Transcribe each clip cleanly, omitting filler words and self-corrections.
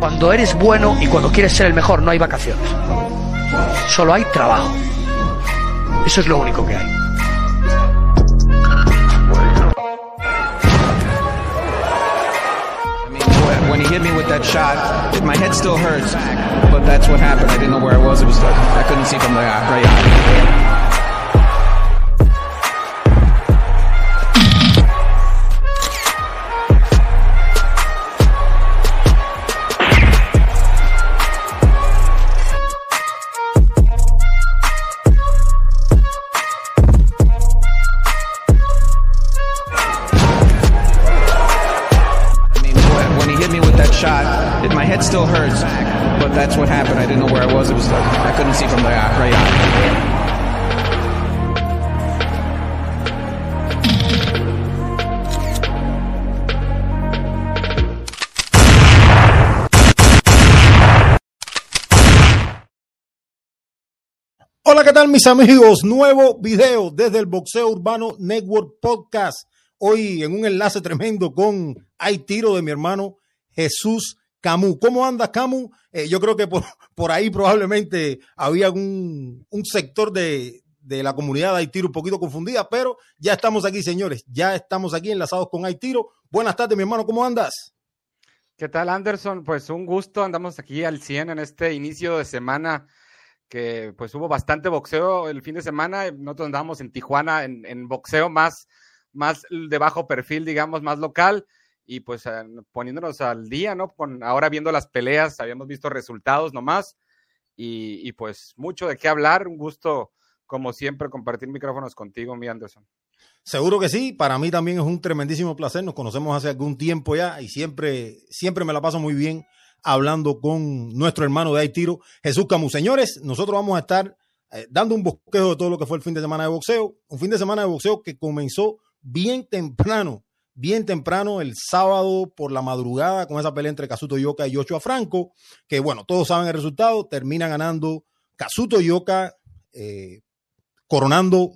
Cuando eres bueno y cuando quieres ser el mejor no hay vacaciones. Solo hay trabajo. Eso es lo único que hay. When he hit me with that shot, my head still hurts, but that's what happened. I didn't know where I was. It was like I couldn't see from the right eye. My head still hurts, but that's what happened. I didn't know where I was. It was like I couldn't see from the right eye. Hola, ¿qué tal mis amigos? Nuevo video desde el Boxeo Urbano Network Podcast. Hoy en un enlace tremendo con Hay Tiro de mi hermano Jesús Camus. ¿Cómo andas, Camus? Yo creo que por ahí probablemente había un sector de la comunidad de Hay Tiro un poquito confundida, pero ya estamos aquí, señores. Ya estamos aquí enlazados con Hay Tiro. Buenas tardes, mi hermano. ¿Cómo andas? ¿Qué tal, Anderson? Pues un gusto. Andamos aquí al 100 en este inicio de semana que pues hubo bastante boxeo el fin de semana. Nosotros andamos en Tijuana en boxeo más de bajo perfil, digamos, más local. Y pues poniéndonos al día, ¿no? Ahora viendo las peleas, habíamos visto resultados nomás, y pues mucho de qué hablar. Un gusto, como siempre, compartir micrófonos contigo, mi Anderson. Seguro que sí, para mí también es un tremendísimo placer. Nos conocemos hace algún tiempo ya y siempre me la paso muy bien hablando con nuestro hermano de Hay Tiro, Jesús Camus. Señores, nosotros vamos a estar dando un bosquejo de todo lo que fue el fin de semana de boxeo, un fin de semana de boxeo que comenzó bien temprano, el sábado por la madrugada con esa pelea entre Kazuto Ioka y Joshua Franco, que bueno, todos saben el resultado, termina ganando Kazuto Ioka, coronando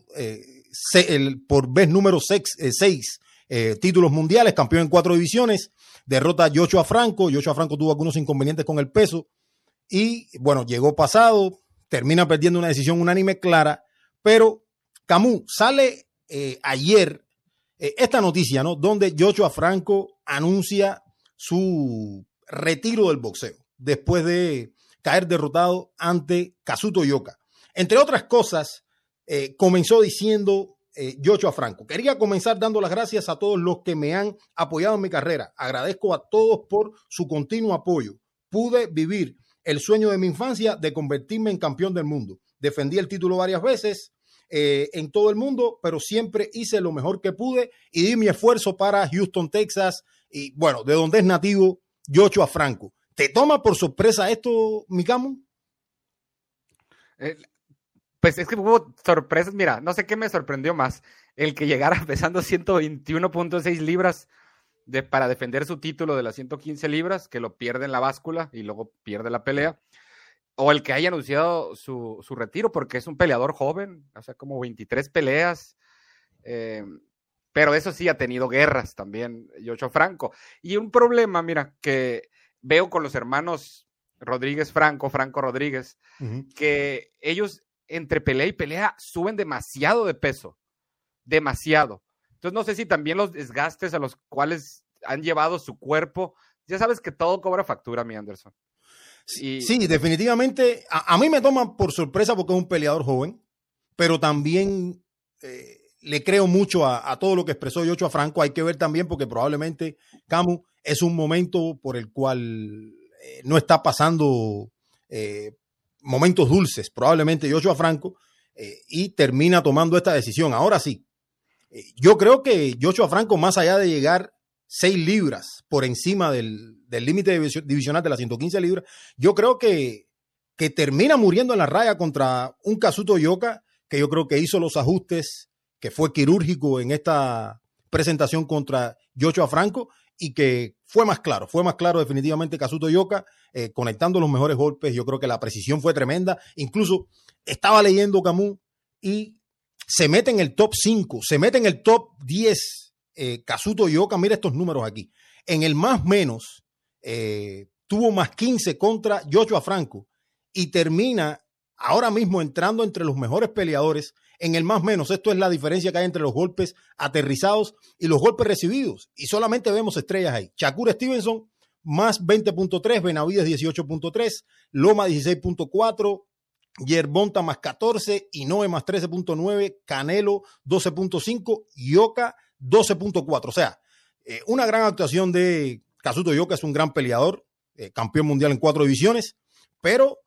por vez número 6 títulos mundiales, campeón en 4 divisiones, derrota a Joshua Franco. Joshua Franco tuvo algunos inconvenientes con el peso y bueno, llegó pasado, termina perdiendo una decisión unánime clara, pero Camus, sale ayer esta noticia, ¿no? Donde Joshua Franco anuncia su retiro del boxeo después de caer derrotado ante Kazuto Ioka. Entre otras cosas, comenzó diciendo Joshua Franco: quería comenzar dando las gracias a todos los que me han apoyado en mi carrera. Agradezco a todos por su continuo apoyo. Pude vivir el sueño de mi infancia de convertirme en campeón del mundo. Defendí el título varias veces en todo el mundo, pero siempre hice lo mejor que pude y di mi esfuerzo para Houston, Texas, y bueno, de donde es nativo Joshua Franco. ¿Te toma por sorpresa esto, mi Camus? Pues es que hubo sorpresas. Mira, no sé qué me sorprendió más, el que llegara pesando 121.6 libras para defender su título de las 115 libras, que lo pierde en la báscula y luego pierde la pelea, o el que haya anunciado su retiro, porque es un peleador joven, o sea, como 23 peleas, pero eso sí, ha tenido guerras también, Joshua Franco. Y un problema, mira, que veo con los hermanos Rodríguez Franco Rodríguez, que ellos entre pelea y pelea suben demasiado de peso, demasiado. Entonces no sé si también los desgastes a los cuales han llevado su cuerpo, ya sabes que todo cobra factura, mi Anderson. Sí, definitivamente. A mí me toma por sorpresa porque es un peleador joven, pero también le creo mucho a todo lo que expresó Joshua Franco. Hay que ver también porque probablemente, Camus, es un momento por el cual no está pasando momentos dulces, probablemente Joshua Franco, y termina tomando esta decisión. Ahora sí, yo creo que Joshua Franco, más allá de llegar 6 libras por encima del límite divisional de las 115 libras, yo creo que termina muriendo en la raya contra un Kazuto Ioka, que yo creo que hizo los ajustes, que fue quirúrgico en esta presentación contra Joshua Franco, y que fue más claro definitivamente Kazuto Ioka, conectando los mejores golpes. Yo creo que la precisión fue tremenda. Incluso estaba leyendo Camus y se mete en el top 5, se mete en el top 10 Kazuto Ioka. Mira estos números aquí. En el más menos tuvo más 15 contra Joshua Franco y termina ahora mismo entrando entre los mejores peleadores en el más menos. Esto es la diferencia que hay entre los golpes aterrizados y los golpes recibidos. Y solamente vemos estrellas ahí. Shakur Stevenson más 20.3, Benavides 18.3, Loma 16.4, Yerbonta más 14, Inoue más 13.9, Canelo 12.5, Yoka 12.4. O sea, una gran actuación de Kazuto Yoka. Es un gran peleador, campeón mundial en 4 divisiones, pero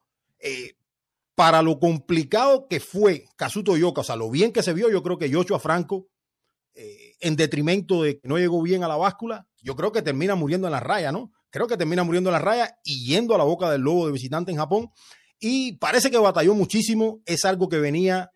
para lo complicado que fue Kazuto Yoka, o sea, lo bien que se vio, yo creo que Joshua Franco, en detrimento de que no llegó bien a la báscula, yo creo que termina muriendo en la raya, ¿no? Creo que termina muriendo en la raya y yendo a la boca del lobo de visitante en Japón. Y parece que batalló muchísimo. Es algo que venía,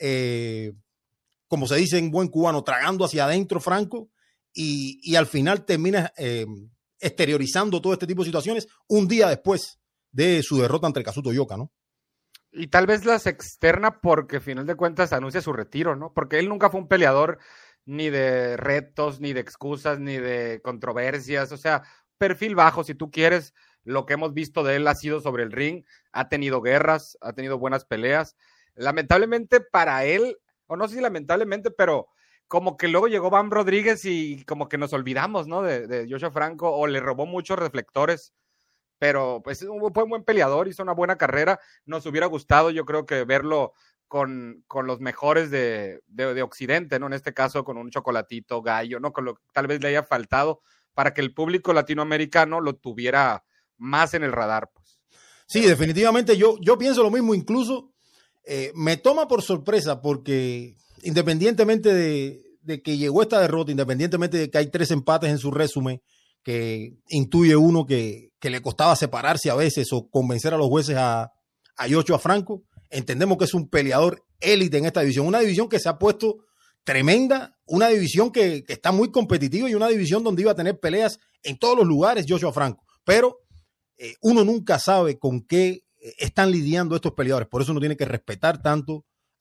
como se dice en buen cubano, tragando hacia adentro Franco. Y al final termina exteriorizando todo este tipo de situaciones un día después de su derrota ante el Kazuto Yoka, ¿no? Y tal vez las externa porque, a final de cuentas, anuncia su retiro, ¿no? Porque él nunca fue un peleador ni de retos, ni de excusas, ni de controversias. O sea, perfil bajo, si tú quieres. Lo que hemos visto de él ha sido sobre el ring. Ha tenido guerras, ha tenido buenas peleas. Lamentablemente para él, o no sé si lamentablemente, pero como que luego llegó Bam Rodríguez y como que nos olvidamos, ¿no? De Joshua Franco, o le robó muchos reflectores. Pero pues fue un buen peleador, hizo una buena carrera. Nos hubiera gustado, yo creo, que verlo con los mejores de Occidente, ¿no? En este caso con un Chocolatito, Gallo, ¿no? Con lo que tal vez le haya faltado para que el público latinoamericano lo tuviera más en el radar, pues. Sí, definitivamente yo pienso lo mismo. Incluso me toma por sorpresa porque independientemente de que llegó esta derrota, independientemente de que hay 3 empates en su resumen, que intuye uno que le costaba separarse a veces o convencer a los jueces a Joshua Franco, entendemos que es un peleador élite en esta división, una división que se ha puesto tremenda, una división que está muy competitiva y una división donde iba a tener peleas en todos los lugares Joshua Franco, pero uno nunca sabe con qué están lidiando estos peleadores, por eso uno tiene que respetar tanto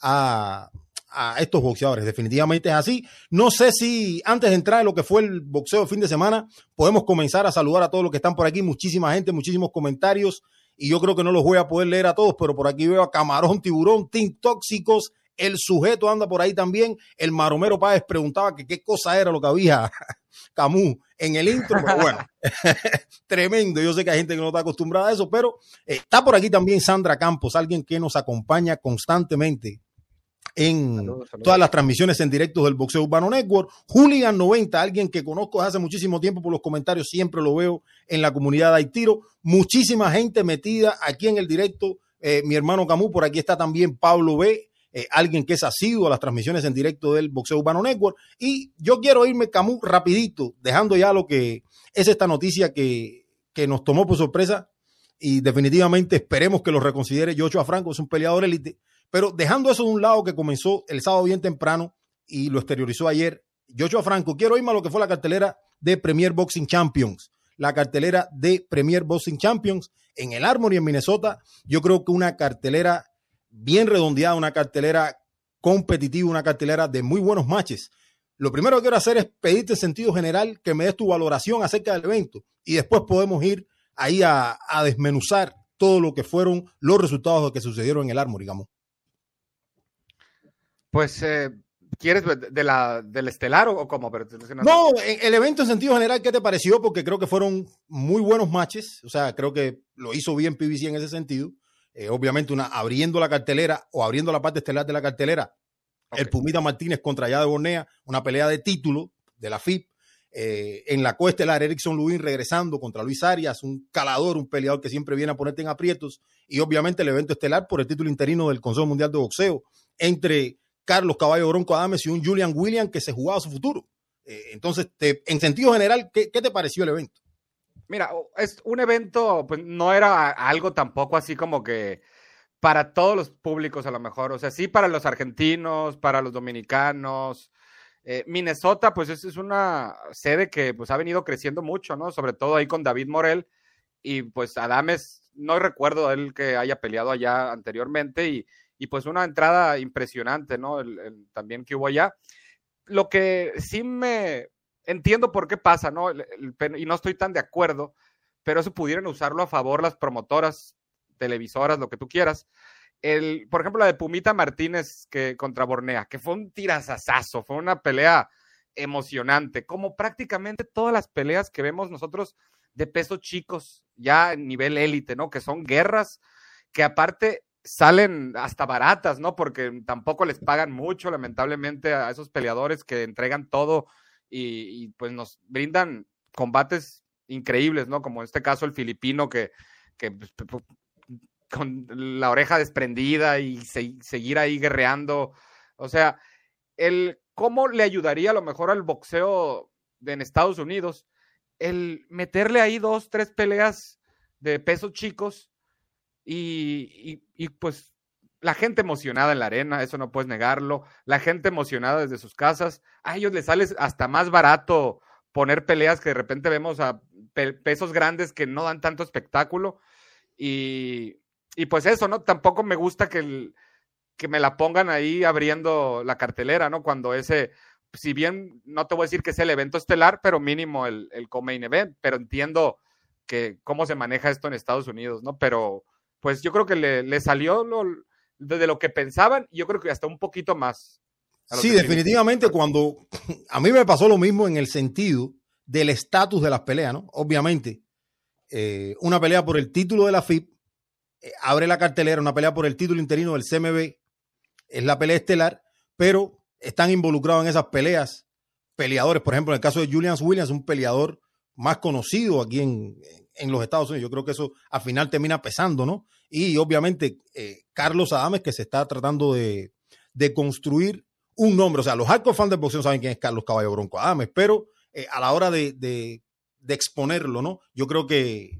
a estos boxeadores. Definitivamente es así. No sé si antes de entrar en lo que fue el boxeo de fin de semana, podemos comenzar a saludar a todos los que están por aquí. Muchísima gente, muchísimos comentarios, y yo creo que no los voy a poder leer a todos, pero por aquí veo a Camarón Tiburón, Team Tóxicos, el sujeto anda por ahí también. El Maromero Páez preguntaba que qué cosa era lo que había Camus en el intro, pero bueno, tremendo. Yo sé que hay gente que no está acostumbrada a eso, pero está por aquí también Sandra Campos, alguien que nos acompaña constantemente en saludos. Todas las transmisiones en directo del Boxeo Urbano Network. Hooligan 90, alguien que conozco desde hace muchísimo tiempo por los comentarios, siempre lo veo en la comunidad de Aitiro. Muchísima gente metida aquí en el directo. Mi hermano Camus, por aquí está también Pablo B., alguien que es asiduo a las transmisiones en directo del Boxeo Urbano Network. Y yo quiero irme, Camus, rapidito, dejando ya lo que es esta noticia que nos tomó por sorpresa, y definitivamente esperemos que lo reconsidere Joshua Franco. Es un peleador élite. Pero dejando eso de un lado, que comenzó el sábado bien temprano y lo exteriorizó ayer Joshua Franco, quiero irme a lo que fue la cartelera de Premier Boxing Champions. La cartelera de Premier Boxing Champions en el Armory en Minnesota. Yo creo que una cartelera bien redondeada, una cartelera competitiva, una cartelera de muy buenos matches. Lo primero que quiero hacer es pedirte en sentido general que me des tu valoración acerca del evento, y después podemos ir ahí a desmenuzar todo lo que fueron los resultados que sucedieron en el Armory, digamos. Pues, ¿quieres del estelar o cómo? Pero no, el evento en sentido general, ¿qué te pareció? Porque creo que fueron muy buenos matches. O sea, creo que lo hizo bien PBC en ese sentido. Obviamente, abriendo la cartelera o abriendo la parte estelar de la cartelera, okay. El Pumita Martínez contra Yade Bornea, una pelea de título de la FIP. En la coestelar, Erickson Lubin regresando contra Luis Arias, un calador, un peleador que siempre viene a ponerte en aprietos. Y obviamente el evento estelar por el título interino del Consejo Mundial de Boxeo entre Carlos Caballo Bronco Adames y un Julian Williams que se jugaba su futuro. Entonces, en sentido general, ¿qué te pareció el evento? Mira, es un evento, pues no era algo tampoco así como que para todos los públicos a lo mejor, o sea, sí para los argentinos, para los dominicanos. Minnesota, pues es una sede que pues ha venido creciendo mucho, ¿no? Sobre todo ahí con David Morel, y pues Adames, no recuerdo él que haya peleado allá anteriormente, y pues una entrada impresionante, ¿no? También que hubo allá. Lo que sí me entiendo por qué pasa, ¿no? Y no estoy tan de acuerdo, pero eso pudieran usarlo a favor las promotoras, televisoras, lo que tú quieras. Por ejemplo, la de Pumita Martínez contra Bornea, que fue un tirazazazo, fue una pelea emocionante, como prácticamente todas las peleas que vemos nosotros de pesos chicos, ya a nivel élite, ¿no? Que son guerras que aparte salen hasta baratas, ¿no? Porque tampoco les pagan mucho, lamentablemente, a esos peleadores que entregan todo y pues nos brindan combates increíbles, ¿no? Como en este caso el filipino que con la oreja desprendida y seguir ahí guerreando. O sea, ¿cómo le ayudaría a lo mejor al boxeo en Estados Unidos el meterle ahí 2, 3 peleas de pesos chicos y pues la gente emocionada en la arena, eso no puedes negarlo, la gente emocionada desde sus casas, a ellos les sale hasta más barato poner peleas que de repente vemos a pesos grandes que no dan tanto espectáculo y pues eso, ¿no? Tampoco me gusta que me la pongan ahí abriendo la cartelera, ¿no? Cuando si bien no te voy a decir que es el evento estelar, pero mínimo el co-main event, pero entiendo que cómo se maneja esto en Estados Unidos, ¿no? Pero pues yo creo que le salió de lo que pensaban, y yo creo que hasta un poquito más. Sí, definitivamente cuando a mí me pasó lo mismo en el sentido del estatus de las peleas, ¿no? Obviamente, una pelea por el título de la FIP abre la cartelera, una pelea por el título interino del CMB es la pelea estelar, pero están involucrados en esas peleas peleadores, por ejemplo, en el caso de Julian Williams, un peleador más conocido aquí en los Estados Unidos. Yo creo que eso al final termina pesando, ¿no? Y obviamente Carlos Adames, que se está tratando de construir un nombre. O sea, los hardcore fans del boxeo saben quién es Carlos Caballo Bronco Adames, pero a la hora de exponerlo, ¿no? Yo creo que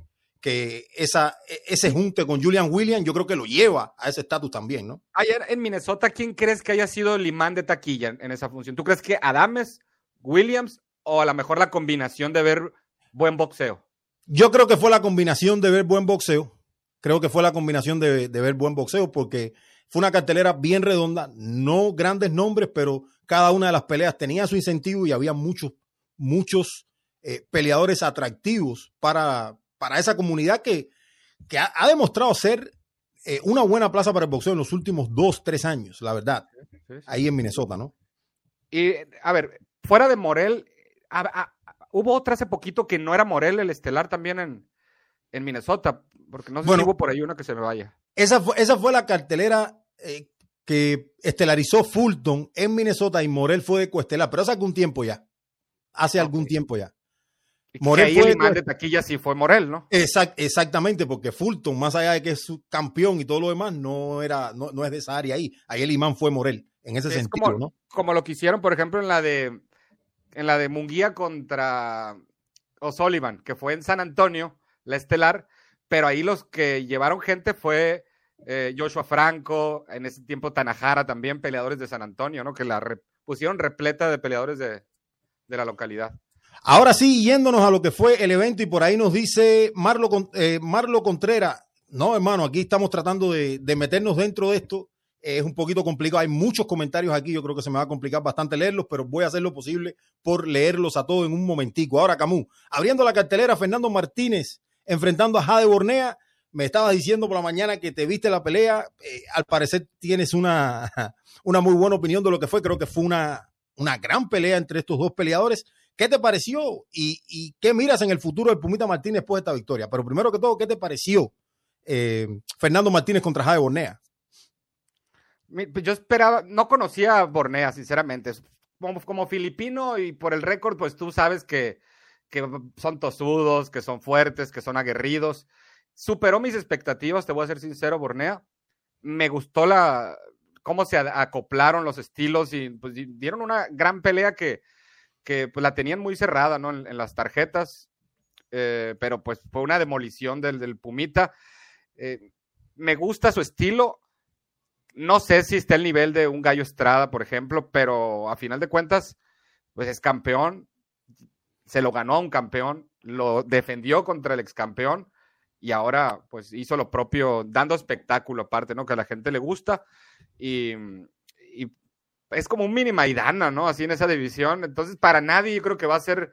ese junte con Julian Williams, yo creo que lo lleva a ese estatus también, ¿no? Ayer en Minnesota, ¿quién crees que haya sido el imán de taquilla en esa función? ¿Tú crees que Adames, Williams o a lo mejor la combinación de ver buen boxeo? Yo creo que fue la combinación de ver buen boxeo. Creo que fue la combinación de ver buen boxeo porque fue una cartelera bien redonda, no grandes nombres, pero cada una de las peleas tenía su incentivo y había muchos peleadores atractivos para esa comunidad que ha demostrado ser una buena plaza para el boxeo en los últimos 2-3 años, la verdad, ahí en Minnesota, ¿no? Y, a ver, fuera de Morel, hubo otra hace poquito que no era Morel el estelar también en Minnesota, porque no sé si hubo por ahí una que se me vaya. Esa fue la cartelera que estelarizó Fulton en Minnesota y Morel fue de coestelar, pero hace algún tiempo ya. Morel fue el imán de taquilla, sí fue Morel, ¿no? Exactamente, porque Fulton, más allá de que es su campeón y todo lo demás, no es de esa área ahí. Ahí el imán fue Morel, en ese sentido, ¿no? Como lo que hicieron, por ejemplo, en la de Munguía contra O'Sullivan, que fue en San Antonio, la estelar, pero ahí los que llevaron gente fue Joshua Franco, en ese tiempo Tanajara también, peleadores de San Antonio, ¿no? Que pusieron repleta de peleadores de la localidad. Ahora sí, yéndonos a lo que fue el evento, y por ahí nos dice Marlo Contreras, no, hermano, aquí estamos tratando de meternos dentro de esto, es un poquito complicado, hay muchos comentarios aquí, yo creo que se me va a complicar bastante leerlos, pero voy a hacer lo posible por leerlos a todos en un momentico. Ahora, Camus, abriendo la cartelera, Fernando Martínez enfrentando a Jade Bornea. Me estabas diciendo por la mañana que te viste la pelea, al parecer tienes una muy buena opinión de lo que fue, creo que fue una gran pelea entre estos dos peleadores. ¿Qué te pareció y qué miras en el futuro del Pumita Martínez después de esta victoria? Pero primero que todo, ¿qué te pareció Fernando Martínez contra Jade Bornea? Yo esperaba, no conocía a Bornea, sinceramente. Como filipino y por el récord, pues tú sabes que son tosudos, que son fuertes, que son aguerridos. Superó mis expectativas, te voy a ser sincero, Bornea. Me gustó cómo se acoplaron los estilos y pues dieron una gran pelea que pues la tenían muy cerrada, ¿no? En las tarjetas, pero pues fue una demolición del Pumita. Me gusta su estilo. No sé si está al nivel de un Gallo Estrada, por ejemplo, pero a final de cuentas, pues es campeón. Se lo ganó a un campeón, lo defendió contra el ex campeón y ahora pues hizo lo propio, dando espectáculo aparte, ¿no? Que a la gente le gusta y es como un mini Maidana, ¿no? Así en esa división. Entonces, para nadie yo creo que va a ser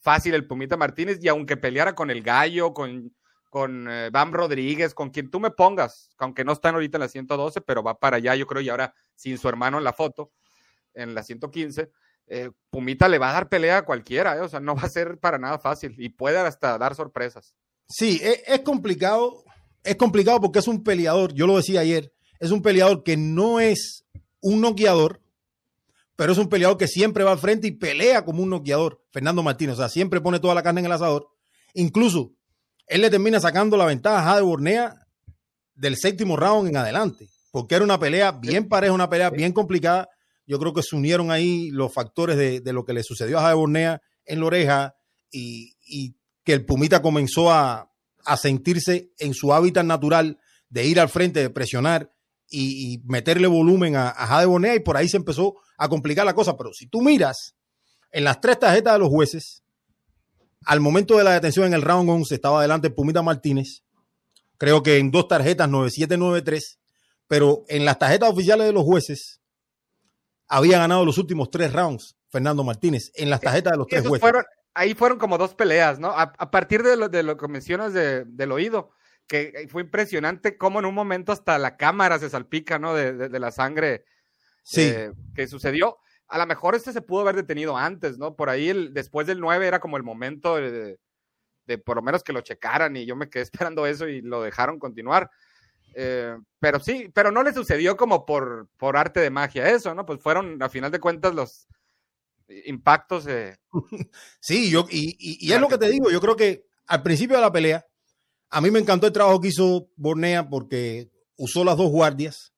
fácil el Pumita Martínez, y aunque peleara con el Gallo, con Bam Rodríguez, con quien tú me pongas, aunque no están ahorita en la 112, pero va para allá, yo creo, y ahora sin su hermano en la foto, en la 115, Pumita le va a dar pelea a cualquiera, o sea, no va a ser para nada fácil, y puede hasta dar sorpresas. Sí, es complicado porque es un peleador, yo lo decía ayer, es un peleador que no es un noqueador, pero es un peleador que siempre va al frente y pelea como un noqueador, Fernando Martínez, o sea, siempre pone toda la carne en el asador. Incluso, él le termina sacando la ventaja a Jade Bornea del 7º round en adelante, porque era una pelea bien pareja, una pelea bien complicada. Yo creo que se unieron ahí los factores de lo que le sucedió a Jade Bornea en la oreja y que el Pumita comenzó a sentirse en su hábitat natural de ir al frente, de presionar y meterle volumen a Jade Bornea, y por ahí se empezó a complicar la cosa. Pero si tú miras en las 3 tarjetas de los jueces, al momento de la detención en el round 11 estaba adelante Pumita Martínez, creo que en 2 tarjetas 9-7, 9-3, pero en las tarjetas oficiales de los jueces había ganado los últimos 3 rounds Fernando Martínez, en las tarjetas de los 3 jueces. Ahí fueron como 2 peleas, ¿no? A partir de lo que mencionas del oído, que fue impresionante cómo en un momento hasta la cámara se salpica, ¿no? De la sangre sí. Que sucedió. A lo mejor se pudo haber detenido antes, ¿no? Por ahí, después del 9 era como el momento de por lo menos que lo checaran, y yo me quedé esperando eso y lo dejaron continuar. Pero sí, pero no le sucedió como por arte de magia eso, ¿no? Pues fueron, a final de cuentas, los impactos. Sí, y es lo que te digo, yo creo que al principio de la pelea, a mí me encantó el trabajo que hizo Bornea porque usó las 2 guardias,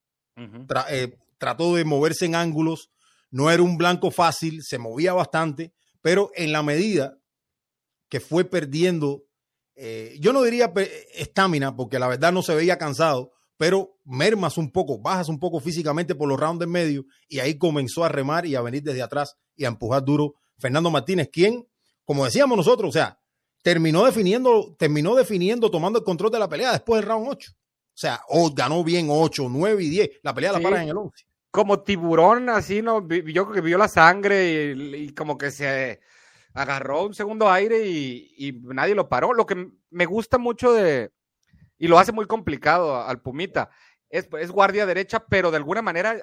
trató de moverse en ángulos, no era un blanco fácil, se movía bastante, pero en la medida que fue perdiendo, yo no diría estamina, porque la verdad no se veía cansado, pero mermas un poco, bajas un poco físicamente por los rounds del medio, y ahí comenzó a remar y a venir desde atrás y a empujar duro Fernando Martínez, quien, como decíamos nosotros, o sea, terminó definiendo, tomando el control de la pelea después del round 8. O sea, ganó bien 8, 9 y 10. La pelea la paran en el 11. Como tiburón, así, ¿no? Yo creo que vio la sangre y como que se agarró un segundo aire y nadie lo paró. Lo que me gusta mucho y lo hace muy complicado al Pumita, es guardia derecha, pero de alguna manera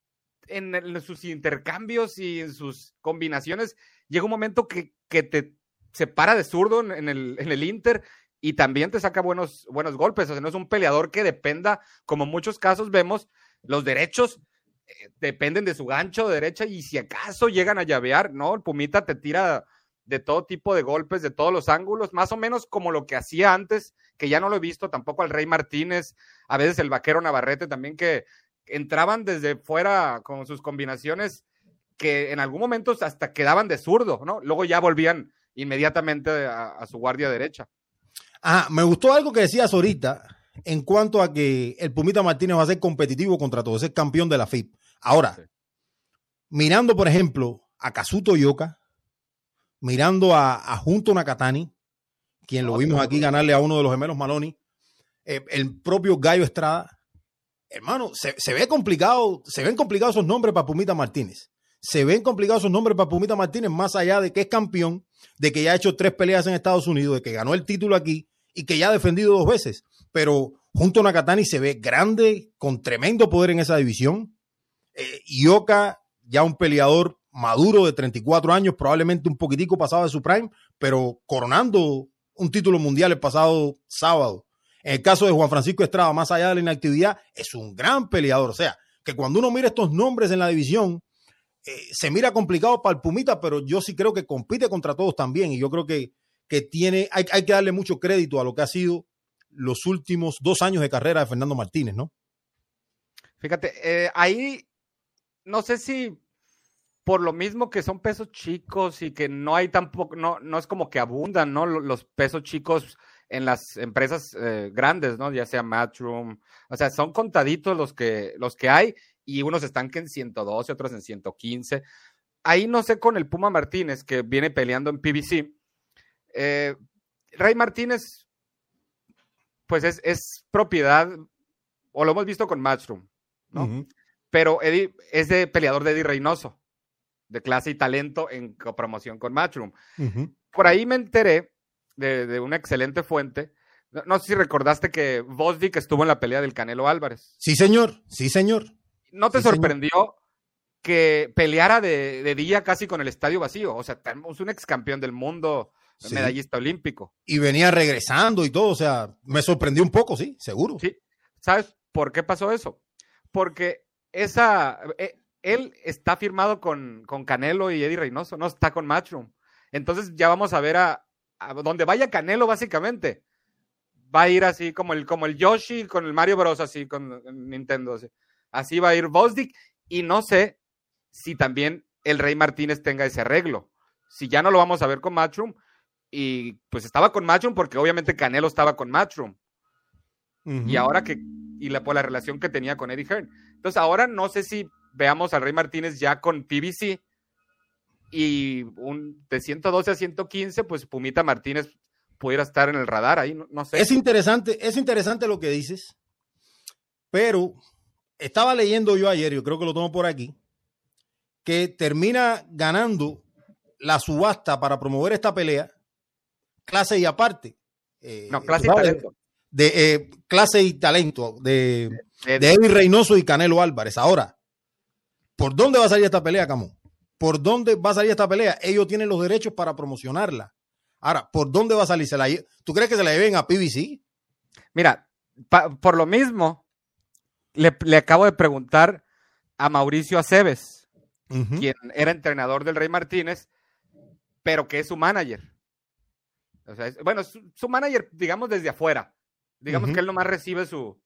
en sus intercambios y en sus combinaciones llega un momento que te se para de zurdo en el Inter y también te saca buenos golpes. O sea, no es un peleador que dependa, como muchos casos vemos, los derechos dependen de su gancho de derecha y si acaso llegan a llavear, ¿no? El Pumita te tira de todo tipo de golpes, de todos los ángulos, más o menos como lo que hacía antes, que ya no lo he visto tampoco al Rey Martínez, a veces el Vaquero Navarrete también, que entraban desde fuera con sus combinaciones que en algún momento hasta quedaban de zurdo, ¿no? Luego ya volvían inmediatamente a su guardia derecha. Me gustó algo que decías ahorita en cuanto a que el Pumita Martínez va a ser competitivo contra todo, ser campeón de la FIP. Ahora, sí, mirando, por ejemplo, a Kazuto Yoka, mirando a Junto Nakatani, quien lo vimos aquí ganarle a uno de los gemelos Maloney, el propio Gallo Estrada, hermano, se ven complicados esos nombres para Pumita Martínez. Se ven complicados esos nombres para Pumita Martínez, más allá de que es campeón, de que ya ha hecho 3 peleas en Estados Unidos, de que ganó el título aquí y que ya ha defendido 2 veces. Pero Junto Nakatani se ve grande, con tremendo poder en esa división. Yoka, ya un peleador maduro de 34 años, probablemente un poquitico pasado de su prime, pero coronando un título mundial el pasado sábado. En el caso de Juan Francisco Estrada, más allá de la inactividad, es un gran peleador. O sea, que cuando uno mira estos nombres en la división, se mira complicado para el Pumita, pero yo sí creo que compite contra todos también, y yo creo que hay que darle mucho crédito a lo que ha sido los últimos 2 años de carrera de Fernando Martínez, ¿no? Fíjate, ahí no sé si por lo mismo que son pesos chicos y que no hay tampoco, no es como que abundan, ¿no? Los pesos chicos en las empresas grandes, ¿no? Ya sea Matchroom, o sea, son contaditos los que hay, y unos están que en 112, otros en 115. Ahí no sé con el Puma Martínez, que viene peleando en PBC. Rey Martínez, pues es propiedad, o lo hemos visto con Matchroom, ¿no? Uh-huh. Pero Eddie es de peleador de Eddie Reynoso. de clase y talento en copromoción con Matchroom. Uh-huh. Por ahí me enteré de una excelente fuente. No sé si recordaste que Gvozdyk estuvo en la pelea del Canelo Álvarez. Sí, señor. Sí, señor. ¿No te Sí, sorprendió que peleara de día casi con el estadio vacío? O sea, tenemos un ex campeón del mundo, Sí. medallista olímpico. Y venía regresando y todo, o sea, me sorprendió un poco, sí, seguro. Sí. ¿Sabes por qué pasó eso? Porque él está firmado con Canelo y Eddie Reynoso, no está con Matchroom. Entonces ya vamos a ver a donde vaya Canelo, básicamente. Va a ir así como el Yoshi con el Mario Bros, así con Nintendo. Así va a ir Gvozdyk, y no sé si también el Rey Martínez tenga ese arreglo. Si ya no lo vamos a ver con Matchroom, y pues estaba con Matchroom porque obviamente Canelo estaba con Matchroom. Uh-huh. Y ahora por la relación que tenía con Eddie Hearn. Entonces ahora no sé si veamos al Rey Martínez ya con PBC, y de 112 a 115, pues Pumita Martínez pudiera estar en el radar ahí, no sé. Es interesante lo que dices, pero estaba leyendo yo ayer, yo creo que lo tomo por aquí, que termina ganando la subasta para promover esta pelea, clase y aparte. Clase y talento. Clase y talento de Eddie Reynoso y Canelo Álvarez. Ahora, ¿por dónde va a salir esta pelea, Camón? ¿Por dónde va a salir esta pelea? Ellos tienen los derechos para promocionarla. Ahora, ¿por dónde va a salir? ¿Tú crees que se la lleven a PBC? Mira, por lo mismo, le acabo de preguntar a Mauricio Aceves, Uh-huh. quien era entrenador del Rey Martínez, pero que es su manager. O sea, su manager, digamos, desde afuera. Digamos, uh-huh, que él nomás recibe su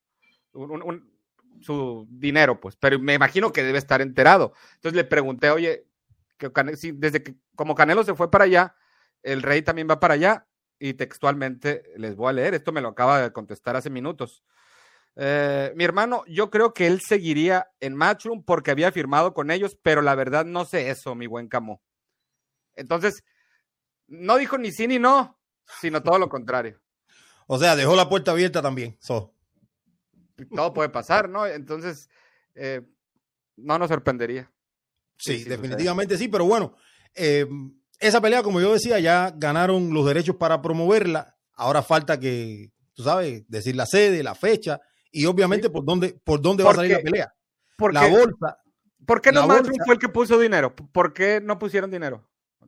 dinero, pues, pero me imagino que debe estar enterado. Entonces le pregunté, oye, desde que como Canelo se fue para allá, el Rey también va para allá, y textualmente les voy a leer, esto me lo acaba de contestar hace minutos. Mi hermano, yo creo que él seguiría en Matchroom porque había firmado con ellos, pero la verdad no sé eso, mi buen Camus. Entonces, no dijo ni sí ni no, sino todo lo contrario. O sea, dejó la puerta abierta también. Todo puede pasar, ¿no? Entonces, no nos sorprendería. Sí, definitivamente sí, pero bueno, esa pelea, como yo decía, ya ganaron los derechos para promoverla. Ahora falta que, tú sabes, decir la sede, la fecha y obviamente sí, por dónde va a salir la pelea. La bolsa. ¿Por qué no Matchroom fue el que puso dinero? ¿Por qué no pusieron dinero?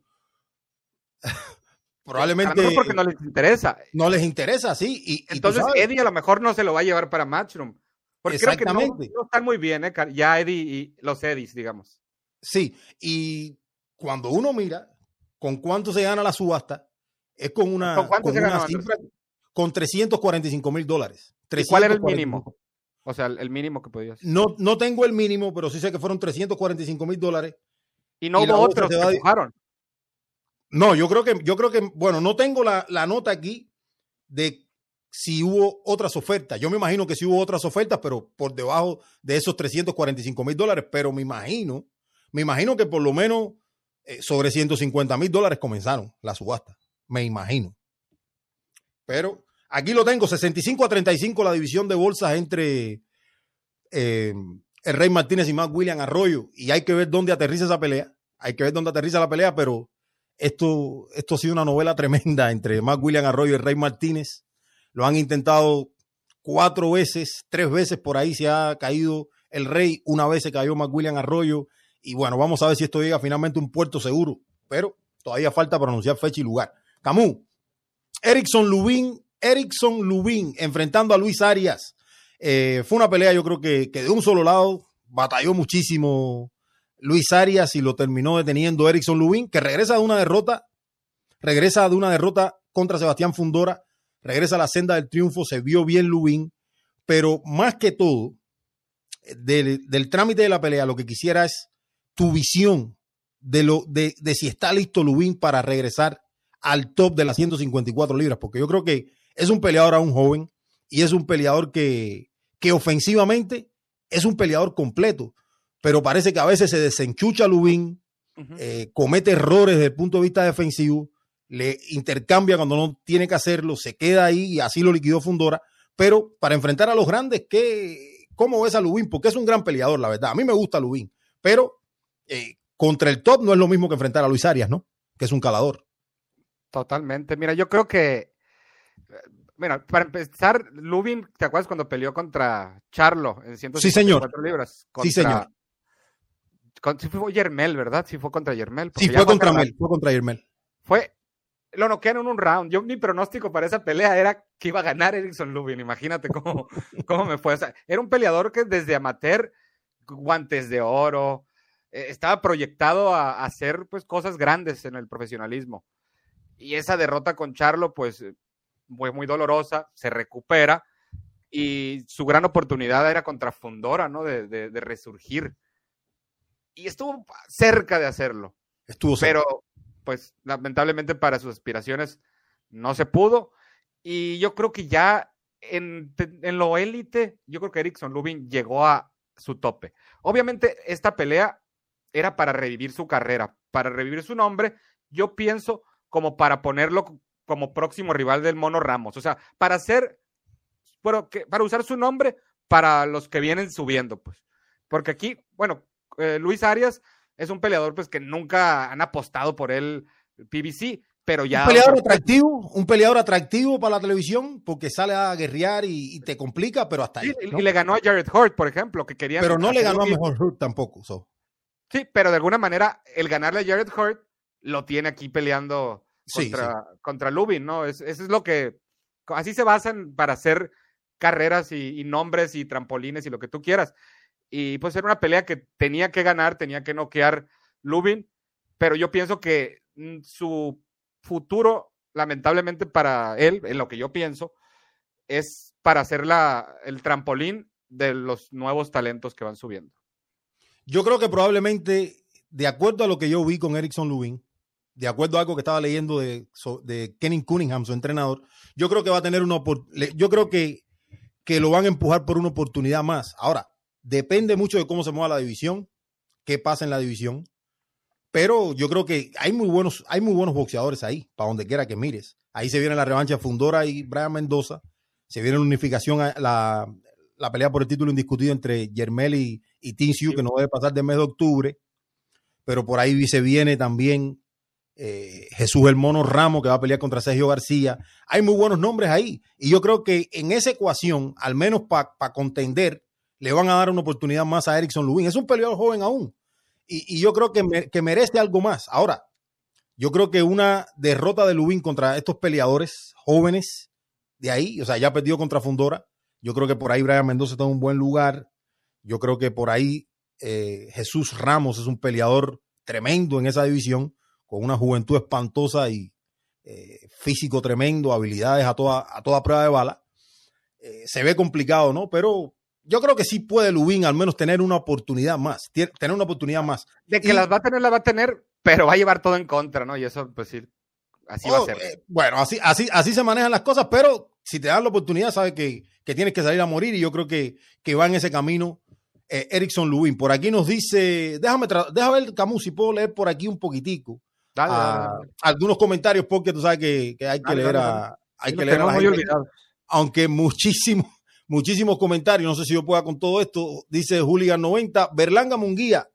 Probablemente a lo mejor porque no les interesa. No les interesa, sí. Entonces Eddie a lo mejor no se lo va a llevar para Matchroom. Porque creo que no están muy bien, ya Eddie y los Eddies, digamos. Sí, y cuando uno mira con cuánto se gana la subasta, es con una cifra con $345,000. ¿Y cuál era el mínimo? O sea, el mínimo que podías. No tengo el mínimo, pero sí sé que fueron $345,000. Y no hubo otros que empujaron. No, yo creo que, bueno, no tengo la nota aquí de si hubo otras ofertas. Yo me imagino que sí hubo otras ofertas, pero por debajo de esos $345,000, pero me imagino que por lo menos sobre $150,000 comenzaron la subasta. Me imagino. Pero aquí lo tengo, 65-35 la división de bolsas entre el Rey Martínez y Matt William Arroyo. Y hay que ver dónde aterriza esa pelea. Pero esto ha sido una novela tremenda entre Matt William Arroyo y el Rey Martínez. Lo han intentado 4 veces, 3 veces por ahí se ha caído el Rey. Una vez se cayó Matt William Arroyo. Y bueno, vamos a ver si esto llega finalmente a un puerto seguro. Pero todavía falta para anunciar fecha y lugar. Camus, Erickson Lubin enfrentando a Luis Arias. Fue una pelea, yo creo que de un solo lado. Batalló muchísimo Luis Arias y lo terminó deteniendo Erickson Lubin, que regresa de una derrota contra Sebastián Fundora. Regresa a la senda del triunfo, se vio bien Lubin, pero más que todo, del trámite de la pelea, lo que quisiera es tu visión de si está listo Lubin para regresar al top de las 154 libras, porque yo creo que es un peleador aún joven y es un peleador que ofensivamente es un peleador completo, pero parece que a veces se desenchucha Lubin, comete errores desde el punto de vista defensivo, le intercambia cuando no tiene que hacerlo, se queda ahí y así lo liquidó Fundora. Pero para enfrentar a los grandes, ¿cómo ves a Lubin? Porque es un gran peleador, la verdad. A mí me gusta Lubin, pero contra el top no es lo mismo que enfrentar a Luis Arias, ¿no? Que es un calador. Totalmente. Mira, yo creo que, mira, para empezar, Lubin, ¿te acuerdas cuando peleó contra Charlo en 154 libras? Sí, señor. Sí fue Yermel, ¿verdad? Sí fue contra Yermel. Sí, fue contra Mel, fue contra Yermel. Lo noquearon en un round. Mi pronóstico para esa pelea era que iba a ganar Erickson Lubin. Imagínate cómo me fue. O sea, era un peleador que desde amateur, guantes de oro, estaba proyectado a hacer pues cosas grandes en el profesionalismo. Y esa derrota con Charlo, pues, fue muy dolorosa, se recupera, y su gran oportunidad era contra Fundora, ¿no? De resurgir. Y estuvo cerca de hacerlo. Pero, pues, lamentablemente para sus aspiraciones no se pudo. Y yo creo que ya en lo élite, yo creo que Erickson Lubin llegó a su tope. Obviamente, esta pelea era para revivir su carrera, para revivir su nombre. Yo pienso como para ponerlo como próximo rival del Mono Ramos. O sea, para usar su nombre para los que vienen subiendo, pues. Porque aquí, bueno, Luis Arias es un peleador pues que nunca han apostado por él PBC, pero ya... Un peleador atractivo para la televisión porque sale a guerrear y te complica, pero hasta ahí, ¿no? Y le ganó a Jared Hurt, por ejemplo, que quería... Pero no le ganó a mejor Hurt tampoco. Sí, pero de alguna manera el ganarle a Jared Hurt lo tiene aquí peleando contra Lubin, ¿no? Eso es lo que... Así se basan para hacer carreras y nombres y trampolines y lo que tú quieras. Y pues era una pelea que tenía que ganar, tenía que noquear Lubin, pero yo pienso que su futuro, lamentablemente para él, en lo que yo pienso, es para hacer el trampolín de los nuevos talentos que van subiendo. Yo creo que probablemente, de acuerdo a lo que yo vi con Erickson Lubin, de acuerdo a algo que estaba leyendo de Kenny Cunningham, su entrenador, yo creo que va a tener yo creo que lo van a empujar por una oportunidad más. Ahora, depende mucho de cómo se mueva la división, qué pasa en la división, pero yo creo que hay muy buenos boxeadores ahí, para donde quiera que mires. Ahí se viene la revancha Fundora y Brian Mendoza, se viene la unificación, la pelea por el título indiscutido entre Yermel y Tin Sue, que no debe pasar del mes de octubre, pero por ahí se viene también Jesús el Mono Ramos, que va a pelear contra Sergio García. Hay muy buenos nombres ahí, y yo creo que en esa ecuación, al menos para contender, le van a dar una oportunidad más a Erickson Lubin. Es un peleador joven aún, y yo creo que merece algo más. Ahora, yo creo que una derrota de Lubin contra estos peleadores jóvenes de ahí, o sea, ya perdió contra Fundora, yo creo que por ahí Brian Mendoza está en un buen lugar. Yo creo que por ahí Jesús Ramos es un peleador tremendo en esa división, con una juventud espantosa y físico tremendo, habilidades a toda prueba de bala. Se ve complicado, ¿no? Pero yo creo que sí puede Lubin al menos tener una oportunidad más. Tener una oportunidad más. De que las va a tener, pero va a llevar todo en contra, ¿no? Y eso, pues sí, así va a ser. Bueno, así se manejan las cosas, pero si te dan la oportunidad, sabes que tienes que salir a morir, y yo creo que va en ese camino Erickson Lubin. Por aquí nos dice, déjame ver, Camus, si puedo leer por aquí un poquitico. Dale. Algunos comentarios, porque tú sabes que hay que leer a la gente. Aunque muchísimos comentarios, no sé si yo pueda con todo esto. Dice Hooligan 90, Berlanga Munguía,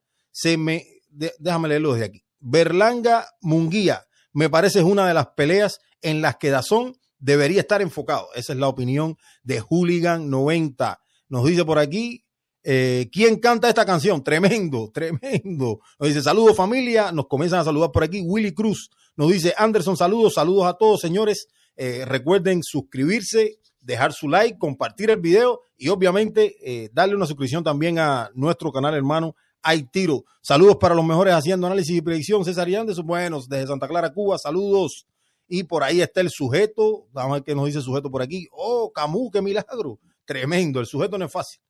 déjame leerlo desde aquí. Berlanga Munguía, me parece es una de las peleas en las que DAZN debería estar enfocado. Esa es la opinión de Hooligan 90. Nos dice por aquí, ¿quién canta esta canción? Tremendo. Nos dice, saludos familia, nos comienzan a saludar por aquí. Willy Cruz nos dice, Anderson, saludos a todos, señores. Recuerden suscribirse, dejar su like, compartir el video y obviamente darle una suscripción también a nuestro canal hermano Hay Tiro. Saludos para los mejores haciendo análisis y predicción. César y Anderson, buenos, desde Santa Clara, Cuba, saludos. Y por ahí está el sujeto, vamos a ver qué nos dice el sujeto por aquí. Oh, Camus, qué milagro. Tremendo, el sujeto no es fácil.